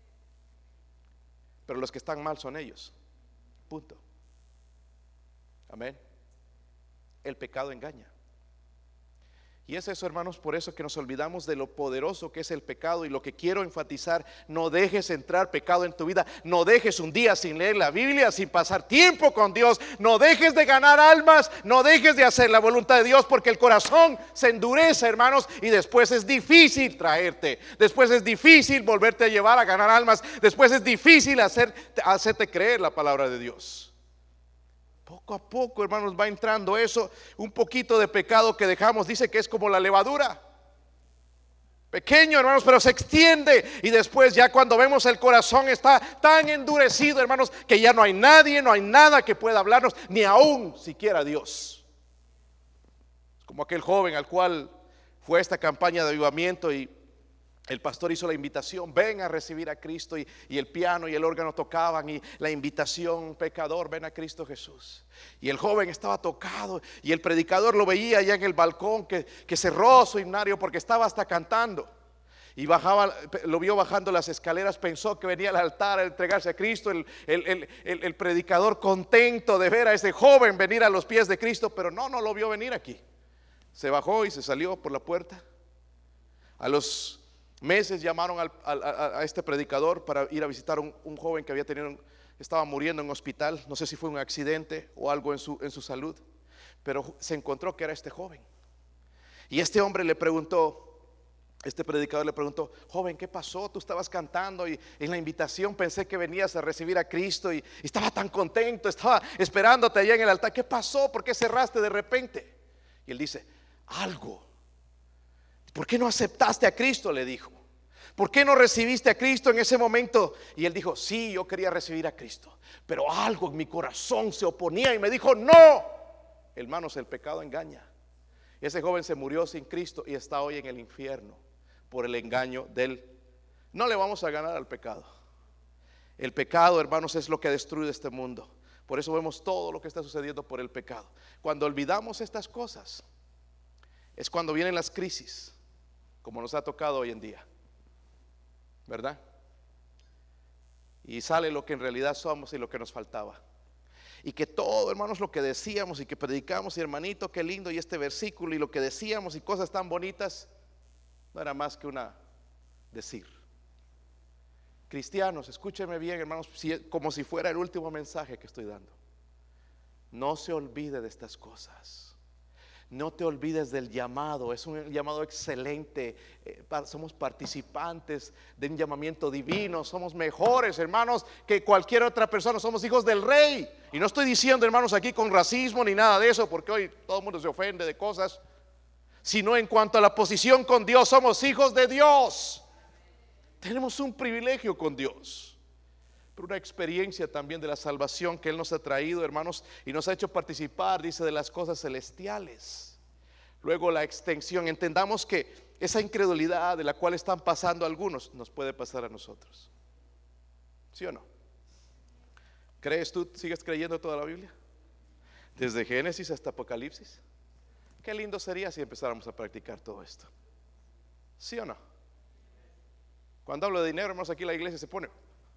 Pero los que están mal son ellos. Punto. Amén. El pecado engaña. Y es eso, hermanos, por eso que nos olvidamos de lo poderoso que es el pecado. Y lo que quiero enfatizar, no dejes entrar pecado en tu vida. No dejes un día sin leer la Biblia, sin pasar tiempo con Dios. No dejes de ganar almas, no dejes de hacer la voluntad de Dios, porque el corazón se endurece, hermanos, y después es difícil traerte. Después es difícil volverte a llevar a ganar almas. Después es difícil hacer, hacerte creer la palabra de Dios. Poco a poco, hermanos, va entrando eso. Un poquito de pecado que dejamos, dice que es como la levadura. Pequeño, hermanos, pero se extiende. Y después ya cuando vemos el corazón está tan endurecido, hermanos, que ya no hay nadie, no hay nada que pueda hablarnos, ni aún siquiera Dios. Como aquel joven al cual fue esta campaña de avivamiento y el pastor hizo la invitación, ven a recibir a Cristo, y, y el piano y el órgano tocaban, y la invitación, pecador, ven a Cristo Jesús. Y el joven estaba tocado, y el predicador lo veía allá en el balcón, que, que cerró su himnario porque estaba hasta cantando. Y bajaba, lo vio bajando las escaleras, pensó que venía al altar a entregarse a Cristo. El, el, el, el, el predicador contento de ver a ese joven venir a los pies de Cristo, pero no, no lo vio venir aquí. Se bajó y se salió por la puerta. A los meses llamaron al, a, a este predicador para ir a visitar un, un joven que había tenido, estaba muriendo en un hospital. No sé si fue un accidente o algo en su, en su salud, pero se encontró que era este joven. Y este hombre le preguntó, este predicador le preguntó, joven, ¿qué pasó? Tú estabas cantando y en la invitación pensé que venías a recibir a Cristo, y, y estaba tan contento, estaba esperándote allá en el altar. ¿Qué pasó? ¿Por qué cerraste de repente? Y él dice, algo ¿Por qué no aceptaste a Cristo?, le dijo. ¿Por qué no recibiste a Cristo en ese momento? Y él dijo, sí, yo quería recibir a Cristo, pero algo en mi corazón se oponía y me dijo, no. Hermanos, el pecado engaña. Ese joven se murió sin Cristo y está hoy en el infierno por el engaño del... No le vamos a ganar al pecado. El pecado, hermanos, es lo que destruye este mundo. Por eso vemos todo lo que está sucediendo por el pecado. Cuando olvidamos estas cosas, es cuando vienen las crisis, como nos ha tocado hoy en día, ¿verdad? Y sale lo que en realidad somos y lo que nos faltaba. Y que todo, hermanos, lo que decíamos y que predicamos, y hermanito, qué lindo, y este versículo, y lo que decíamos, y cosas tan bonitas, no era más que una decir. Cristianos, escúchenme bien, hermanos, como si fuera el último mensaje que estoy dando. No se olvide de estas cosas. No te olvides del llamado. Es un llamado excelente. eh, Somos participantes de un llamamiento divino. Somos mejores, hermanos, que cualquier otra persona. Somos hijos del Rey. Y no estoy diciendo, hermanos, aquí con racismo ni nada de eso, porque hoy todo el mundo se ofende de cosas, sino en cuanto a la posición con Dios. Somos hijos de Dios. Tenemos un privilegio con Dios, pero una experiencia también de la salvación que Él nos ha traído, hermanos, y nos ha hecho participar, dice, de las cosas celestiales. Luego la extensión. Entendamos que esa incredulidad de la cual están pasando algunos nos puede pasar a nosotros. ¿Sí o no? ¿Crees tú, sigues creyendo toda la Biblia? Desde Génesis hasta Apocalipsis. Qué lindo sería si empezáramos a practicar todo esto. ¿Sí o no? Cuando hablo de dinero, hermanos, aquí la iglesia se pone.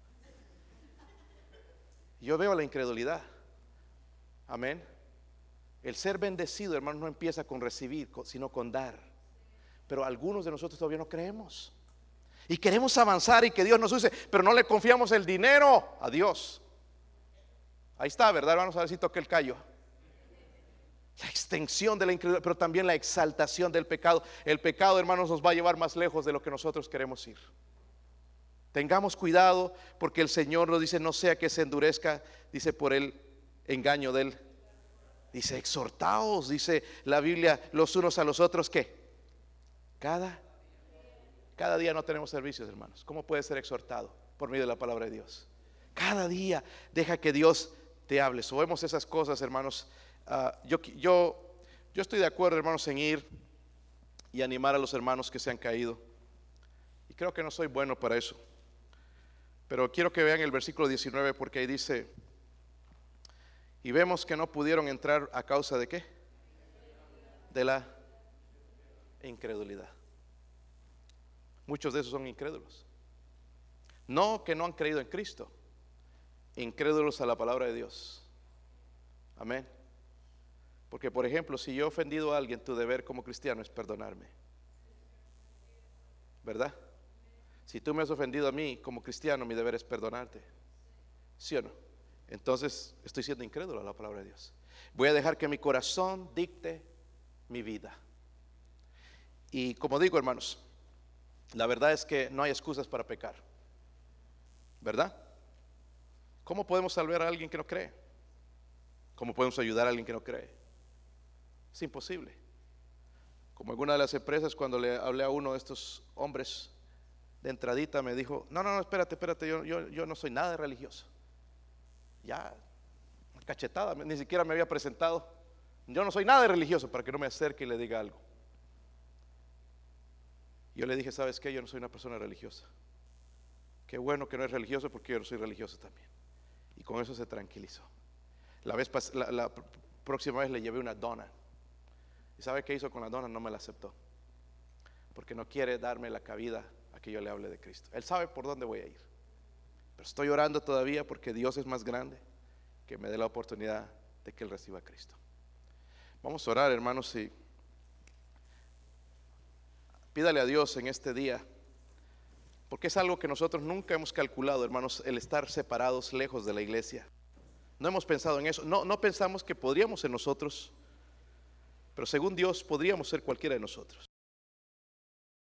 Yo veo la incredulidad. Amén. El ser bendecido, hermanos, no empieza con recibir, sino con dar. Pero algunos de nosotros todavía no creemos. Y queremos avanzar y que Dios nos use, pero no le confiamos el dinero a Dios. Ahí está, ¿verdad, hermanos? A ver si toque el callo. La extensión de la incredulidad, pero también la exaltación del pecado. El pecado, hermanos, nos va a llevar más lejos de lo que nosotros queremos ir. Tengamos cuidado, porque el Señor nos dice, no sea que se endurezca, dice, por el engaño de él. Dice, exhortaos, dice la Biblia, los unos a los otros, ¿qué? Cada, cada día no tenemos servicios, hermanos. ¿Cómo puede ser exhortado? Por medio de la palabra de Dios. Cada día deja que Dios te hable. Sabemos esas cosas, hermanos. Uh, yo, yo, yo estoy de acuerdo, hermanos, en ir y animar a los hermanos que se han caído. Y creo que no soy bueno para eso. Pero quiero que vean el versículo diecinueve, porque ahí dice, y vemos que no pudieron entrar a causa de ¿qué? De la incredulidad. Muchos de esos son incrédulos. No que no han creído en Cristo, incrédulos a la palabra de Dios. Amén. Porque, por ejemplo, si yo he ofendido a alguien, tu deber como cristiano es perdonarme, ¿verdad? Si tú me has ofendido a mí como cristiano, mi deber es perdonarte. ¿Sí o no? Entonces estoy siendo incrédulo a la palabra de Dios. Voy a dejar que mi corazón dicte mi vida. Y como digo, hermanos, la verdad es que no hay excusas para pecar, ¿verdad? ¿Cómo podemos salvar a alguien que no cree? ¿Cómo podemos ayudar a alguien que no cree? Es imposible. Como alguna de las empresas, cuando le hablé a uno de estos hombres de entradita, me dijo, no, no, no, espérate, espérate, yo, yo, yo no soy nada de religioso. Ya, cachetada, ni siquiera me había presentado. Yo no soy nada de religioso, para que no me acerque y le diga algo. Yo le dije, ¿sabes qué? Yo no soy una persona religiosa. Qué bueno que no es religioso, porque yo no soy religioso también. Y con eso se tranquilizó. La, vez pas- la, la próxima vez le llevé una dona. ¿Y sabe qué hizo con la dona? No me la aceptó, porque no quiere darme la cabida a que yo le hable de Cristo. Él sabe por dónde voy a ir, pero estoy orando todavía, porque Dios es más grande, que me dé la oportunidad de que él reciba a Cristo. Vamos a orar, hermanos, y pídale a Dios en este día, porque es algo que nosotros nunca hemos calculado, hermanos, el estar separados, lejos de la iglesia. No hemos pensado en eso. No, no pensamos que podríamos ser nosotros, pero según Dios podríamos ser cualquiera de nosotros.